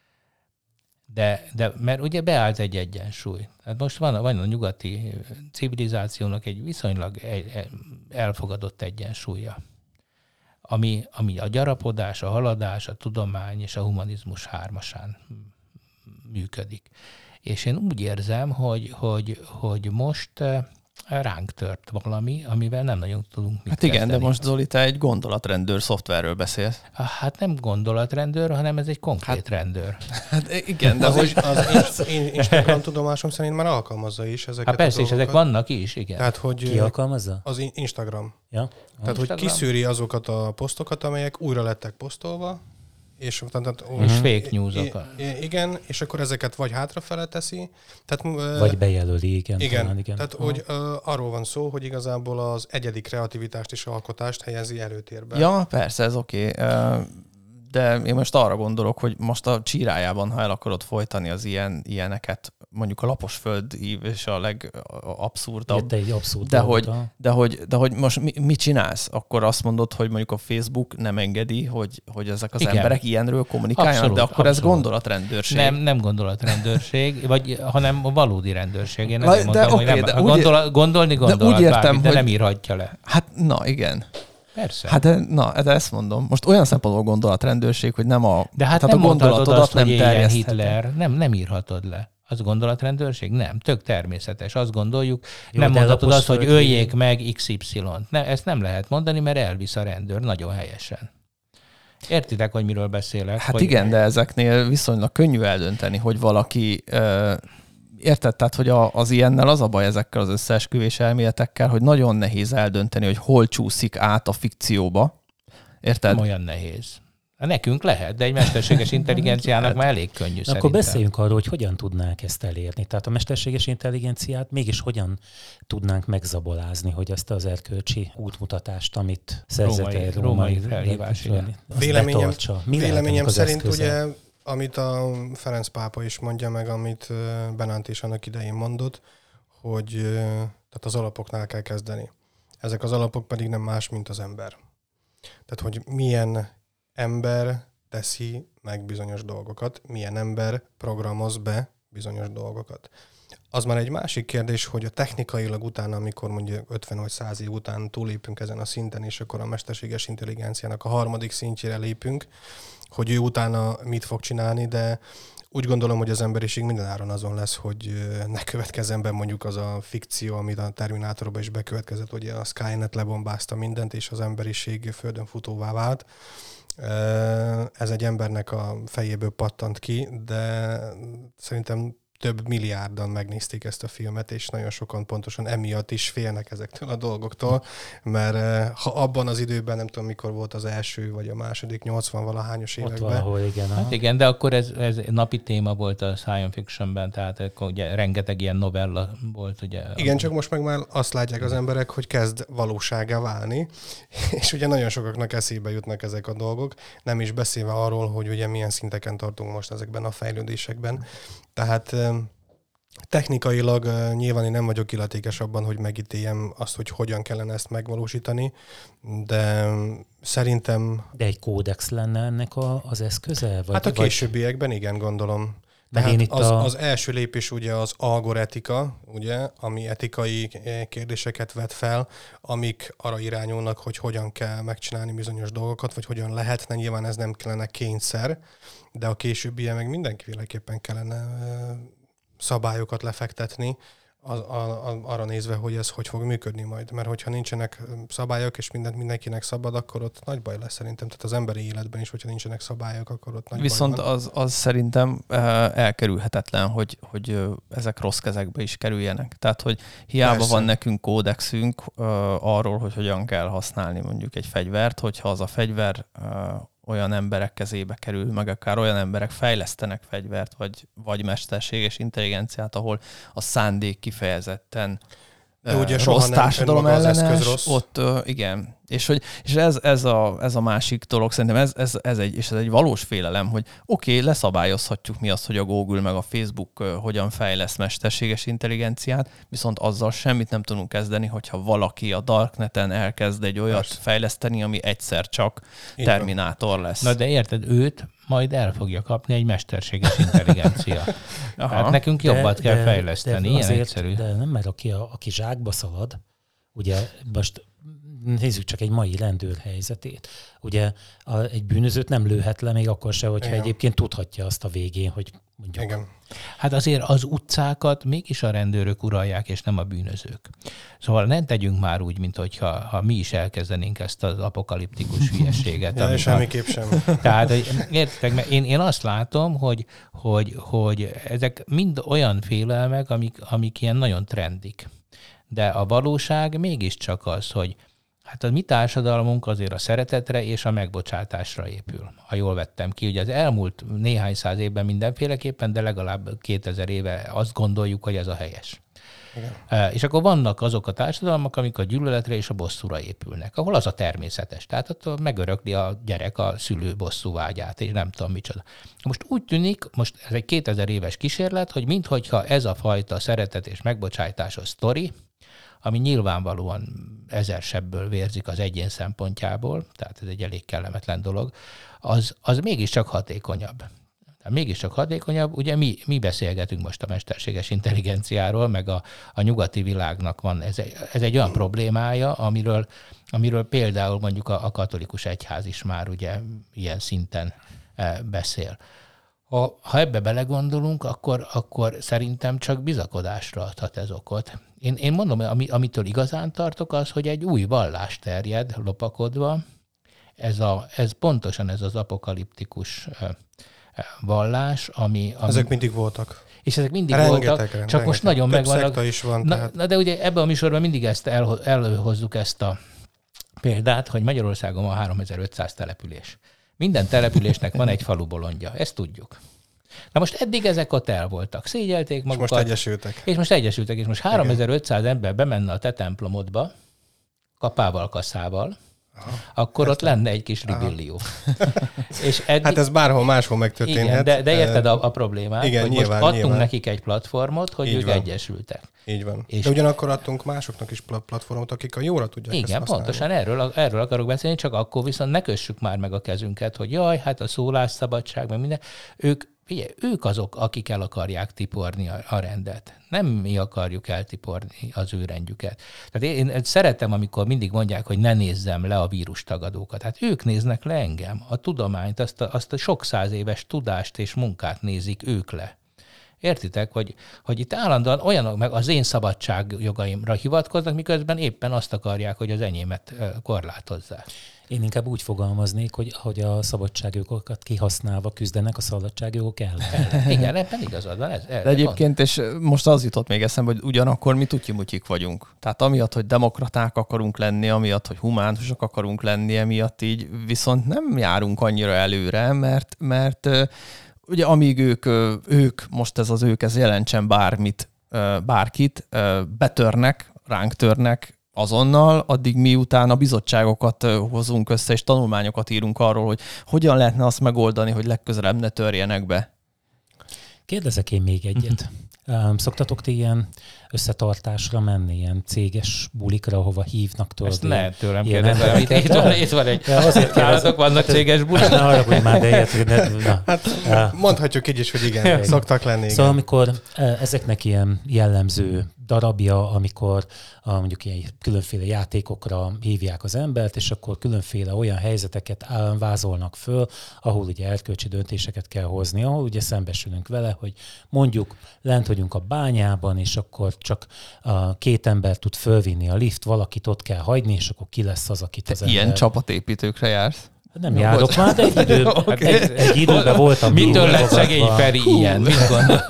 De mert ugye beállt egy egyensúly. Tehát most van a nyugati civilizációnak egy viszonylag elfogadott egyensúlya, ami a gyarapodás, a haladás, a tudomány és a humanizmus hármasán működik. És én úgy érzem, hogy most ránk tört valami, amivel nem nagyon tudunk mit igen, kezdeni. de most Zoli, te egy gondolatrendőr szoftverről beszélsz. Hát nem gondolatrendőr, hanem ez egy konkrét rendőr. Hát igen, de hogy... Az Instagram tudomásom szerint már alkalmazza is ezeket Hát persze, a és ezek vannak is, igen. Tehát, hogy Ki alkalmazza? az Instagram. Ja. Tehát, hogy kiszűri azokat a posztokat, amelyek újra lettek posztolva, és fake news-okat. Igen, és akkor ezeket vagy hátrafele teszi. Tehát, vagy bejelöli, igen. Igen, tehát hogy arról van szó, hogy igazából az egyedi kreativitást és alkotást helyezi előtérbe. Ja, persze, ez oké. De én most arra gondolok, hogy most a csírájában, ha el akarod folytani az ilyeneket, mondjuk a laposföld hív és a legabszurdabb. De egy abszurd de hogy most mit csinálsz? Akkor azt mondod, hogy mondjuk a Facebook nem engedi, hogy ezek az emberek ilyenről kommunikáljanak, abszolút, de akkor ez gondolatrendőrség. Nem gondolatrendőrség, hanem valódi rendőrség. Én nem mondtam, hogy nem. Gondolni értem, de nem írhatja le. Hát na, igen. Persze. Hát de ezt mondom. Most olyan szempontból gondolatrendőrség, hogy nem a... De hát nem mondhatod azt, hogy ilyen Hitler. Nem írhatod le. Az gondolatrendőrség? Nem. Tök természetes. Azt gondoljuk. Jó, nem mondhatod azt, hogy öljék meg XY-t. Ezt nem lehet mondani, mert elvisz a rendőr nagyon helyesen. Értitek, hogy miről beszélek? Hát hogy... igen, de ezeknél viszonylag könnyű eldönteni, hogy valaki... Érted? Tehát, hogy az ilyennel az a baj ezekkel az összeesküvés elméletekkel, hogy nagyon nehéz eldönteni, hogy hol csúszik át a fikcióba. Érted? Nem olyan nehéz. Nekünk lehet, de egy mesterséges intelligenciának már elég könnyű szerintem. Akkor beszéljünk arról, hogy hogyan tudnánk ezt elérni. Tehát a mesterséges intelligenciát mégis hogyan tudnánk megzabolázni, hogy ezt az erkölcsi útmutatást, amit szerzett egy római felhívás, Véleményem szerint ugye, amit a Ferenc pápa is mondja meg, amit Benánt is annak idején mondott, hogy tehát az alapoknál kell kezdeni. Ezek az alapok pedig nem más, mint az ember. Tehát, hogy milyen ember teszi meg bizonyos dolgokat, milyen ember programoz be bizonyos dolgokat. Az már egy másik kérdés, hogy a technikailag utána, amikor mondjuk 50 vagy 100 év után túlépünk ezen a szinten, és akkor a mesterséges intelligenciának a 3. szintjére lépünk, hogy ő utána mit fog csinálni, de úgy gondolom, hogy az emberiség mindenáron azon lesz, hogy ne következzen be mondjuk az a fikció, amit a Terminátorban is bekövetkezett, hogy a Skynet lebombázta mindent, és az emberiség földön futóvá vált. Ez egy embernek a fejéből pattant ki, de szerintem több milliárdan megnézték ezt a filmet, és nagyon sokan pontosan emiatt is félnek ezektől a dolgoktól, mert ha abban az időben, nem tudom mikor volt az első, vagy a második, 80-valahányos években. Ott valahol, igen. Hát igen, de akkor ez napi téma volt a science fictionben, tehát akkor ugye rengeteg ilyen novella volt. Ugye. Igen, csak most meg már azt látják az emberek, hogy kezd valósággá válni, és ugye nagyon sokaknak eszébe jutnak ezek a dolgok, nem is beszélve arról, hogy ugye milyen szinteken tartunk most ezekben a fejlődésekben. Tehát technikailag nyilván én nem vagyok illetékes abban, hogy megítéljem azt, hogy hogyan kellene ezt megvalósítani, de szerintem... De egy kódex lenne ennek az eszköze? Vagy, hát a későbbiekben igen, gondolom. Tehát az első lépés ugye az algoretika, ugye, ami etikai kérdéseket vet fel, amik arra irányulnak, hogy hogyan kell megcsinálni bizonyos dolgokat, vagy hogyan lehetne, nyilván ez nem kellene kényszer, de a későbbien meg mindenkivéleképpen kellene szabályokat lefektetni, arra nézve, hogy ez hogy fog működni majd. Mert hogyha nincsenek szabályok, és mindenkinek szabad, akkor ott nagy baj lesz szerintem. Tehát az emberi életben is, hogyha nincsenek szabályok, akkor ott nagy Viszont baj van. az szerintem elkerülhetetlen, hogy ezek rossz kezekbe is kerüljenek. Tehát, hogy hiába Persze. van nekünk kódexünk arról, hogy hogyan kell használni mondjuk egy fegyvert, hogyha az a fegyver olyan emberek kezébe kerül, meg akár olyan emberek fejlesztenek fegyvert, vagy mesterséges intelligenciát, ahol a szándék kifejezetten ugye rossz társadalom ellenes, rossz. ott igen. És ez a másik dolog, szerintem ez egy valós félelem, hogy oké, leszabályozhatjuk mi azt, hogy a Google meg a Facebook hogyan fejleszt mesterséges intelligenciát, viszont azzal semmit nem tudunk kezdeni, hogyha valaki a Darkneten elkezd egy olyat fejleszteni, ami egyszer csak Terminátor lesz. Na de érted, őt majd el fogja kapni egy mesterséges intelligencia. Hát nekünk jobbat kell fejleszteni, ilyen azért, egyszerű. De nem, mert aki zsákba szalad, ugye most nézzük csak egy mai rendőrhelyzetét. Ugye egy bűnözőt nem lőhet le, még akkor se, hogyha egyébként tudhatja azt a végén, hogy mondjuk... Igen. Hát azért az utcákat mégis a rendőrök uralják, és nem a bűnözők. Szóval nem tegyünk már úgy, mint hogyha mi is elkezdenénk ezt az apokaliptikus hülyeséget. Ja, semmiképp sem. Tehát, értek, mert én azt látom, hogy ezek mind olyan félelmek, amik ilyen nagyon trendik. De a valóság mégiscsak az, hogy hát a mi társadalmunk azért a szeretetre és a megbocsátásra épül, ha jól vettem ki. Ugye az elmúlt néhány száz évben mindenféleképpen, de legalább 2000 éve azt gondoljuk, hogy ez a helyes. Igen. És akkor vannak azok a társadalmak, amik a gyűlöletre és a bosszúra épülnek, ahol az a természetes. Tehát ott megörökli a gyerek a szülő bosszúvágyát, és nem tudom micsoda. Most úgy tűnik, most ez egy 2000 éves kísérlet, hogy minthogyha ez a fajta szeretet és megbocsájtásos sztori, ami nyilvánvalóan ezersebből vérzik az egyén szempontjából, tehát ez egy elég kellemetlen dolog, az mégiscsak hatékonyabb. Mégiscsak hatékonyabb, ugye mi beszélgetünk most a mesterséges intelligenciáról, meg a nyugati világnak van, ez egy olyan problémája, amiről például mondjuk a katolikus egyház is már ugye ilyen szinten beszél. Ha ebbe belegondolunk, akkor szerintem csak bizakodásra adhat ez okot. Én mondom, amitől igazán tartok az, hogy egy új vallás terjed lopakodva, ez pontosan ez az apokaliptikus vallás, ami... Ezek mindig voltak. És ezek mindig voltak, csak most nagyon megvannak. Több szekta is van. Na, de ugye ebben a műsorban mindig ezt előhozzuk ezt a példát, hogy Magyarországon van 3500 település. Minden településnek van egy falubolondja, ezt tudjuk. Na most eddig ezek ott el voltak, szégyelték magukat. És most egyesültek. És most 3500 ember bemenne a te templomodba, kapával, kasszával, akkor ott lenne egy kis ribillió. És eddig... Hát ez bárhol máshol megtörténhet. Igen, de érted a problémát, igen, hogy nyilván, most adtunk nekik egy platformot, hogy így ők van. egyesültek. Így van. És de ugyanakkor adtunk másoknak is platformot, akik a jóra tudják igen, ezt használni. pontosan erről akarok beszélni, csak akkor viszont ne kössük már meg a kezünket, hogy jaj, hát a szólásszabadság, meg minden. Ők azok, akik el akarják tiporni a rendet. Nem mi akarjuk eltiporni az ő rendjüket. Tehát én szeretem, amikor mindig mondják, hogy ne nézzem le a vírustagadókat. Hát ők néznek le engem. A tudományt, azt a sok száz éves tudást és munkát nézik ők le. Értitek, hogy itt állandóan olyanok meg az én szabadságjogaimra hivatkoznak, miközben éppen azt akarják, hogy az enyémet korlátozzák. Én inkább úgy fogalmaznék, hogy a szabadságjogokat kihasználva küzdenek a szabadságjogok ellen. Igen, ebben igazad van. De egyébként, és most az jutott még eszembe, hogy ugyanakkor mi tutyimutyik vagyunk. Tehát amiatt, hogy demokraták akarunk lenni, amiatt, hogy humánusok akarunk lenni, emiatt így viszont nem járunk annyira előre, mert ugye amíg ők, most ez az ők, ez jelentsen bárkit, betörnek, ránk törnek azonnal, addig miután a bizottságokat hozunk össze, és tanulmányokat írunk arról, hogy hogyan lehetne azt megoldani, hogy legközelebb ne törjenek be. Kérdezek én még egyet. Szoktatok ti ilyen összetartásra menni, ilyen céges bulikra, ahova hívnak tőled? Ezt ne tőlem kérdezem, itt van egy nálatok vannak céges bulik. Ne arra, hogy már de mondhatjuk így is, hogy igen, szoktak lenni. Igen. Szóval amikor ezeknek ilyen jellemző darabja, amikor mondjuk ilyen különféle játékokra hívják az embert, és akkor különféle olyan helyzeteket vázolnak föl, ahol ugye erkölcsi döntéseket kell hozni, ahol ugye szembesülünk vele, hogy mondjuk lent vagyunk a bányában, és akkor csak két ember tud fölvinni a lift, valakit ott kell hagyni, és akkor ki lesz az, akit az ember... Ilyen csapatépítőkre jársz? Nem járok már, de egy időben voltam. Mitől lett szegény Feri ilyen? Mit gondol?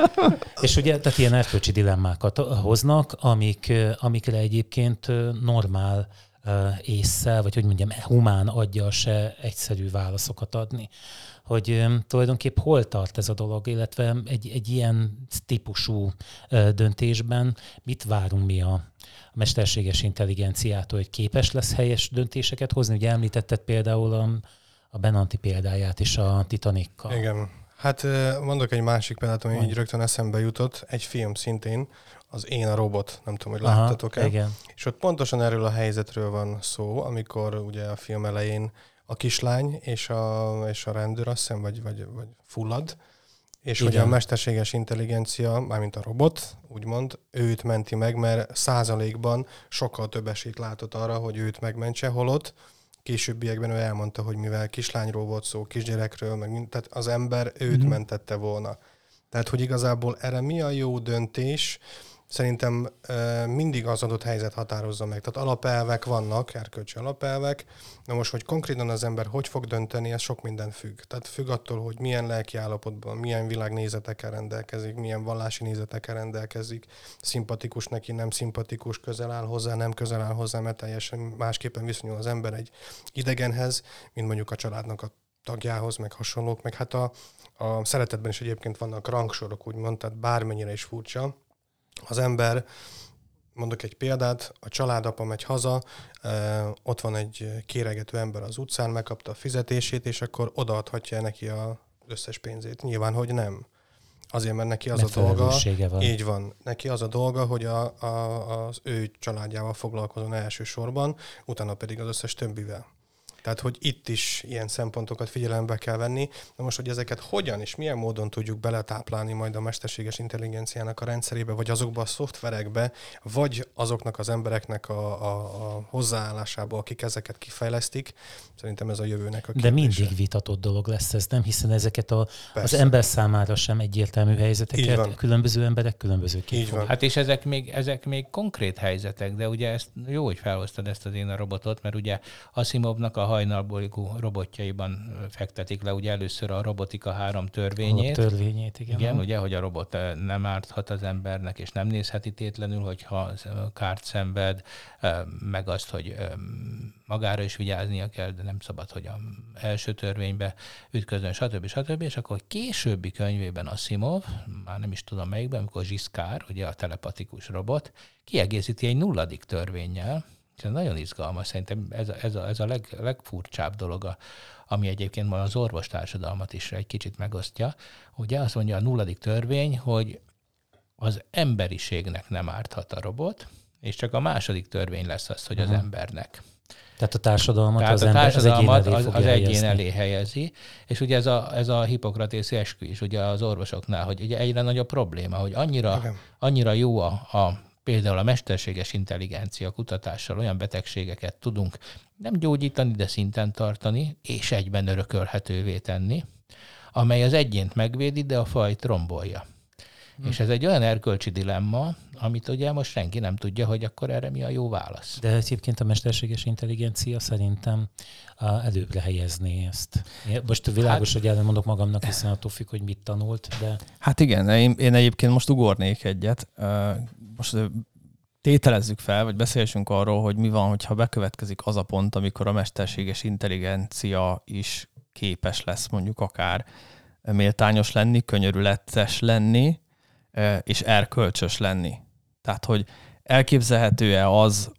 És ugye tehát ilyen erkölcsi dilemmákat hoznak, amikre egyébként normál ésszel, vagy hogy mondjam, humán aggyal se egyszerű válaszokat adni. Hogy tulajdonképp hol tart ez a dolog, illetve egy ilyen típusú döntésben mit várunk mi a mesterséges intelligenciától, hogy képes lesz helyes döntéseket hozni? Ugye említetted például a Benanti példáját is a Titanikkal. Igen. Hát mondok egy másik példát, ami így rögtön eszembe jutott. Egy film szintén, az Én a robot, nem tudom, hogy láttatok-e. Igen. És ott pontosan erről a helyzetről van szó, amikor ugye a film elején a kislány és a rendőr, azt hiszem, vagy fullad, és ugye a mesterséges intelligencia, mármint a robot, úgymond, őt menti meg, mert százalékban sokkal több esélyt látott arra, hogy őt megmentse, holott későbbiekben ő elmondta, hogy mivel kislányról volt szó, kisgyerekről, tehát az ember őt mentette volna. Tehát, hogy igazából erre mi a jó döntés, szerintem mindig az adott helyzet határozza meg. Tehát alapelvek vannak, erkölcsi alapelvek, de most, hogy konkrétan az ember hogy fog dönteni, ez sok minden függ. Tehát függ attól, hogy milyen lelki állapotban, milyen világnézetekkel rendelkezik, milyen vallási nézetekkel rendelkezik, szimpatikus neki, nem szimpatikus, közel áll hozzá, nem közel áll hozzá, mert teljesen másképpen viszonyul az ember egy idegenhez, mint mondjuk a családnak a tagjához, meg hasonlók, meg hát a szeretetben is egyébként vannak rangsorok, úgymond, tehát bármennyire is furcsa. Az ember, mondok egy példát, a családapa megy haza, ott van egy kéregető ember az utcán, megkapta a fizetését, és akkor odaadhatja neki az összes pénzét. Nyilván, hogy nem. Azért, mert neki az a dolga, van. Így van, neki az a dolga, hogy az ő családjával foglalkozon elsősorban, utána pedig az összes többivel. Tehát, hogy itt is ilyen szempontokat figyelembe kell venni. Na most, hogy ezeket hogyan és milyen módon tudjuk beletáplálni majd a mesterséges intelligenciának a rendszerébe, vagy azokba a szoftverekbe, vagy azoknak az embereknek a hozzáállásába, akik ezeket kifejlesztik, szerintem ez a jövőnek a kérdése. De mindig vitatott dolog lesz ez, nem? Hiszen ezeket az ember számára sem egyértelmű helyzeteket, különböző emberek különbözőképp fogják. Hát és ezek még konkrét helyzetek, de ugye ezt jó, hogy felhoztad ezt az Én a robotot, mert ugye Asimovnak a hajnalbolygó robotjaiban fektetik le ugye először a robotika 3 törvényét. Törvényét, igen. Igen, ugye, hogy a robot nem árthat az embernek, és nem nézheti tétlenül, hogyha kárt szenved, meg azt, hogy magára is vigyáznia kell, de nem szabad, hogy az első törvénybe ütközön, stb. És akkor későbbi könyvében Asimov, már nem is tudom melyikben, amikor Giscard, ugye a telepatikus robot, kiegészíti egy 0. törvénnyel, és ez nagyon izgalmas, szerintem ez a legfurcsább dolog, ami egyébként ma az orvostársadalmat is egy kicsit megosztja. Ugye azt mondja a 0. törvény, hogy az emberiségnek nem árthat a robot, és csak a 2. törvény lesz az, hogy az embernek. Tehát a társadalmat az egyén elé helyezi, és ugye ez a hippokratészi eskü is ugye az orvosoknál, hogy ugye egyre nagyobb probléma, hogy annyira jó például a mesterséges intelligencia kutatással olyan betegségeket tudunk nem gyógyítani, de szinten tartani, és egyben örökölhetővé tenni, amely az egyént megvédi, de a fajt rombolja. És ez egy olyan erkölcsi dilemma, amit ugye most senki nem tudja, hogy akkor erre mi a jó válasz. De egyébként a mesterséges intelligencia szerintem előbbre helyezné ezt. Most világos, hogy elmondok magamnak, hiszen attól függ, hogy mit tanult, de... Hát igen, én egyébként most ugornék egyet. Most tételezzük fel, vagy beszélsünk arról, hogy mi van, hogyha bekövetkezik az a pont, amikor a mesterséges intelligencia is képes lesz mondjuk akár méltányos lenni, könyörületes lenni, és erkölcsös lenni. Tehát, hogy elképzelhető-e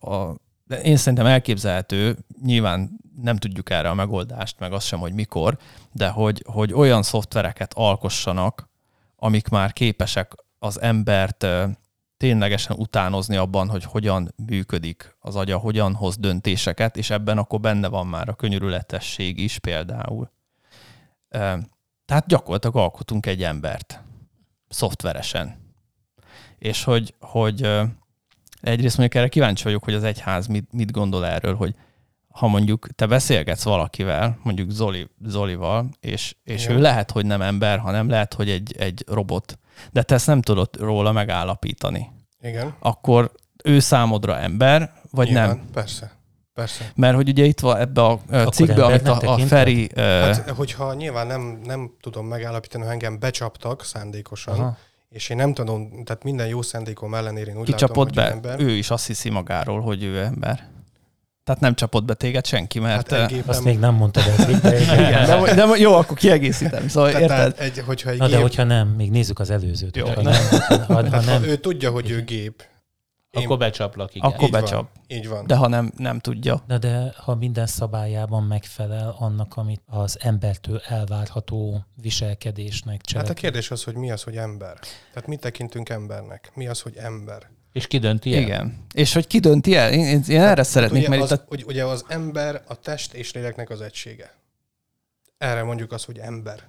de én szerintem elképzelhető, nyilván nem tudjuk erre a megoldást, meg azt sem, hogy mikor, de hogy olyan szoftvereket alkossanak, amik már képesek az embert ténylegesen utánozni abban, hogy hogyan működik az agya, hogyan hoz döntéseket, és ebben akkor benne van már a könyörületesség is például. Tehát gyakorlatilag alkotunk egy embert szoftveresen. És hogy egyrészt mondjuk erre kíváncsi vagyok, hogy az egyház mit gondol erről, hogy ha mondjuk te beszélgetsz valakivel, mondjuk Zolival, és ő lehet, hogy nem ember, hanem lehet, hogy egy robot, de te ezt nem tudod róla megállapítani. Igen. Akkor ő számodra ember, vagy nyilván, nem? Persze. Mert hogy ugye itt van ebbe a cikkbe, amit a Feri... Hát, hogyha nyilván nem tudom megállapítani, hogy engem becsaptak szándékosan, és én nem tudom, tehát minden jó szándékom ellenére én úgy kicsapott látom, be, hogy ő is azt hiszi magáról, hogy ő ember. Tehát nem csapott be téged senki, mert... Hát azt még nem mondtad el. De jó, akkor kiegészítem. Szóval érted? Hogyha nem, még nézzük az előzőt. Jó, ha nem. Ő tudja, hogy ő gép. Akkor becsaplak, igen. Akkor becsap. Így van. De ha nem tudja. De ha minden szabályában megfelel annak, amit az embertől elvárható viselkedésnek cselek. Hát a kérdés az, hogy mi az, hogy ember. Tehát mit tekintünk embernek? Mi az, hogy ember? És ki dönti el? Igen. És hogy ki dönti el? Én erre szeretnék, mert ugye az ember a test és léleknek az egysége. Erre mondjuk az, hogy ember.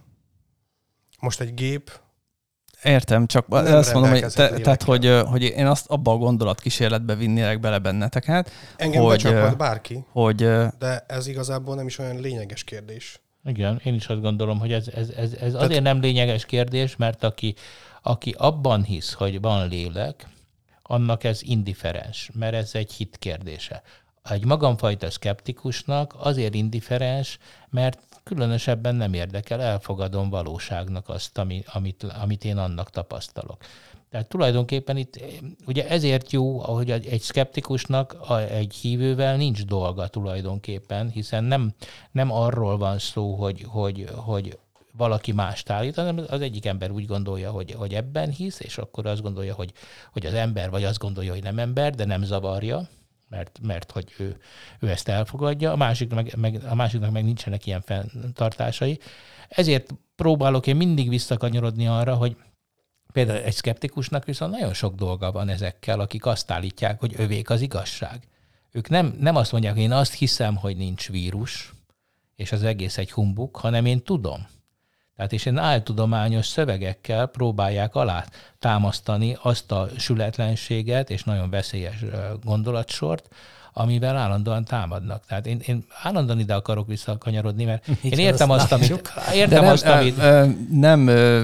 Most egy gép... Értem, csak azt mondom, hogy tehát, hogy én azt abba a gondolatkísérletbe vinnélek bele benneteket, engem becsaphat bárki, de ez igazából nem is olyan lényeges kérdés. Igen, én is azt gondolom, hogy ez azért nem lényeges kérdés, mert aki abban hisz, hogy van lélek, annak ez indifferens, mert ez egy hit kérdése. Egy magamfajta szkeptikusnak azért indifferens, mert különösebben nem érdekel, elfogadom valóságnak azt, amit én annak tapasztalok. Tehát tulajdonképpen itt ugye ezért jó, hogy egy szkeptikusnak egy hívővel nincs dolga tulajdonképpen, hiszen nem arról van szó, hogy valaki mást állít, hanem az egyik ember úgy gondolja, hogy ebben hisz, és akkor azt gondolja, hogy az ember, vagy azt gondolja, hogy nem ember, de nem zavarja, mert hogy ő ezt elfogadja, a másiknak meg nincsenek ilyen fenntartásai. Ezért próbálok én mindig visszakanyarodni arra, hogy például egy szkeptikusnak viszont nagyon sok dolga van ezekkel, akik azt állítják, hogy övék az igazság. Ők nem azt mondják, hogy én azt hiszem, hogy nincs vírus, és az egész egy humbug, hanem én tudom. Tehát és én áltudományos szövegekkel próbálják alá támasztani azt a sületlenséget és nagyon veszélyes gondolatsort, amivel állandóan támadnak. Tehát én állandóan ide akarok visszakanyarodni, mert én értem azt, amit... Nem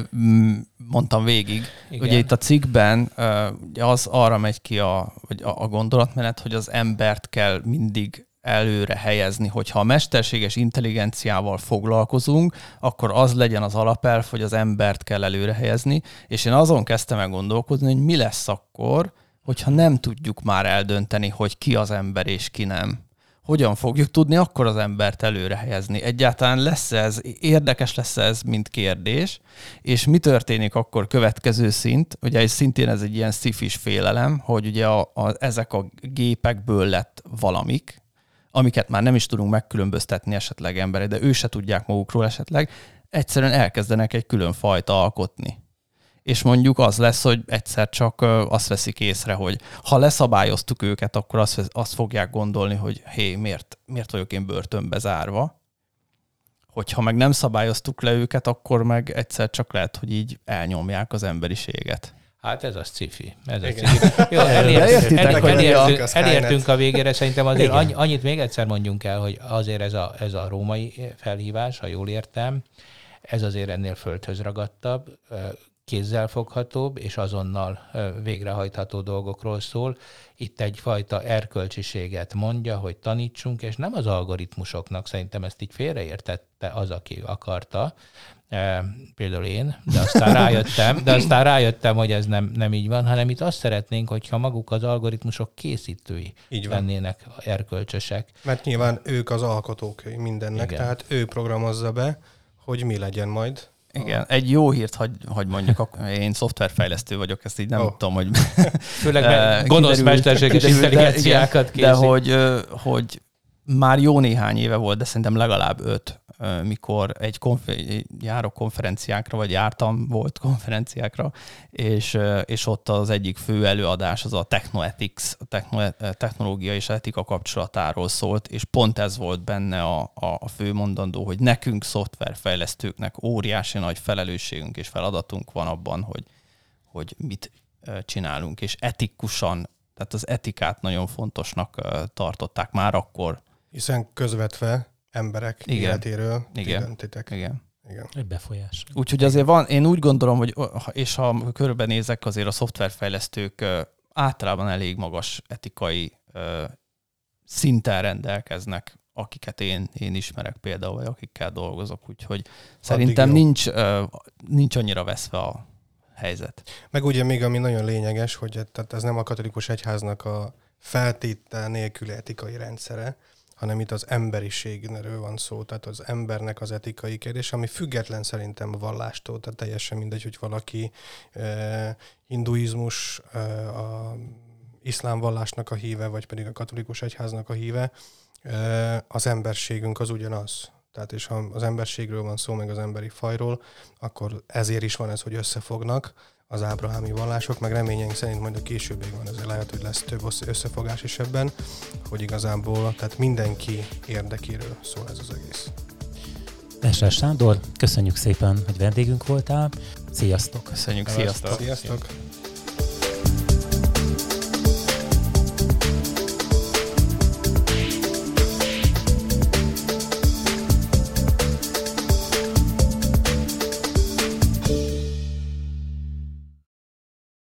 mondtam végig. Igen. Ugye itt a cikkben az arra megy ki a gondolatmenet, hogy az embert kell mindig előre helyezni, hogyha a mesterséges intelligenciával foglalkozunk, akkor az legyen az alapelv, hogy az embert kell előre helyezni, és én azon kezdtem el gondolkozni, hogy mi lesz akkor, hogyha nem tudjuk már eldönteni, hogy ki az ember és ki nem. Hogyan fogjuk tudni akkor az embert előre helyezni? Egyáltalán érdekes lesz ez, mint kérdés, és mi történik akkor következő szint? Ugye szintén ez egy ilyen sci-fis félelem, hogy ugye ezek a gépekből lett valamik, amiket már nem is tudunk megkülönböztetni esetleg emberek, de ő se tudják magukról esetleg, egyszerűen elkezdenek egy külön fajta alkotni. És mondjuk az lesz, hogy egyszer csak azt veszik észre, hogy ha leszabályoztuk őket, akkor azt fogják gondolni, hogy hé, miért vagyok én börtönbe zárva? Hogyha meg nem szabályoztuk le őket, akkor meg egyszer csak lehet, hogy így elnyomják az emberiséget. Hát ez a sci-fi. Jó, elértünk a végére, szerintem azért annyit még egyszer mondjunk el, hogy azért ez a római felhívás, ha jól értem, ez azért ennél földhöz ragadtabb, kézzelfoghatóbb és azonnal végrehajtható dolgokról szól. Itt egyfajta erkölcsiséget mondja, hogy tanítsunk, és nem az algoritmusoknak, szerintem ezt így félreértette az, aki akarta, például én, de aztán rájöttem, hogy ez nem így van, hanem itt azt szeretnénk, hogyha maguk az algoritmusok készítői lennének erkölcsösek. Mert nyilván ők az alkotók mindennek, igen. Tehát ő programozza be, hogy mi legyen majd. Igen, egy jó hírt, hogy mondjuk, én szoftverfejlesztő vagyok, ezt így nem tudom, hogy... Főleg gonosz mesterséges intelligenciákat készít. De hogy már jó néhány éve volt, de szerintem legalább 5, mikor járok konferenciákra, vagy jártam volt konferenciákra, és ott az egyik fő előadás az a technoethics, technológia és etika kapcsolatáról szólt, és pont ez volt benne a fő mondandó, hogy nekünk szoftverfejlesztőknek óriási nagy felelősségünk és feladatunk van abban, hogy mit csinálunk, és etikusan, tehát az etikát nagyon fontosnak tartották már akkor. Hiszen közvetve emberek életéről döntitek. Igen. Egy befolyás. Úgyhogy azért van, én úgy gondolom, hogy és ha körbenézek, azért a szoftverfejlesztők általában elég magas etikai szinten rendelkeznek, akiket én ismerek például, vagy akikkel dolgozok. Úgyhogy szerintem nincs annyira veszve a helyzet. Meg ugye még ami nagyon lényeges, hogy tehát ez nem a katolikus egyháznak a feltétel nélküli etikai rendszere, hanem itt az emberiségről van szó, tehát az embernek az etikai kérdés, ami független szerintem a vallástól, tehát teljesen mindegy, hogy valaki hinduizmus, a iszlám vallásnak a híve, vagy pedig a katolikus egyháznak a híve, az emberségünk az ugyanaz. Tehát és ha az emberségről van szó, meg az emberi fajról, akkor ezért is van ez, hogy összefognak az ábrahámi vallások, meg reményeink szerint majd a későbbiekben azért lehet, hogy lesz több összefogás is ebben, hogy igazából tehát mindenki érdekéről szól ez az egész. Mesterséges Sándor, köszönjük szépen, hogy vendégünk voltál. Sziasztok! Köszönjük, sziasztok! Sziasztok!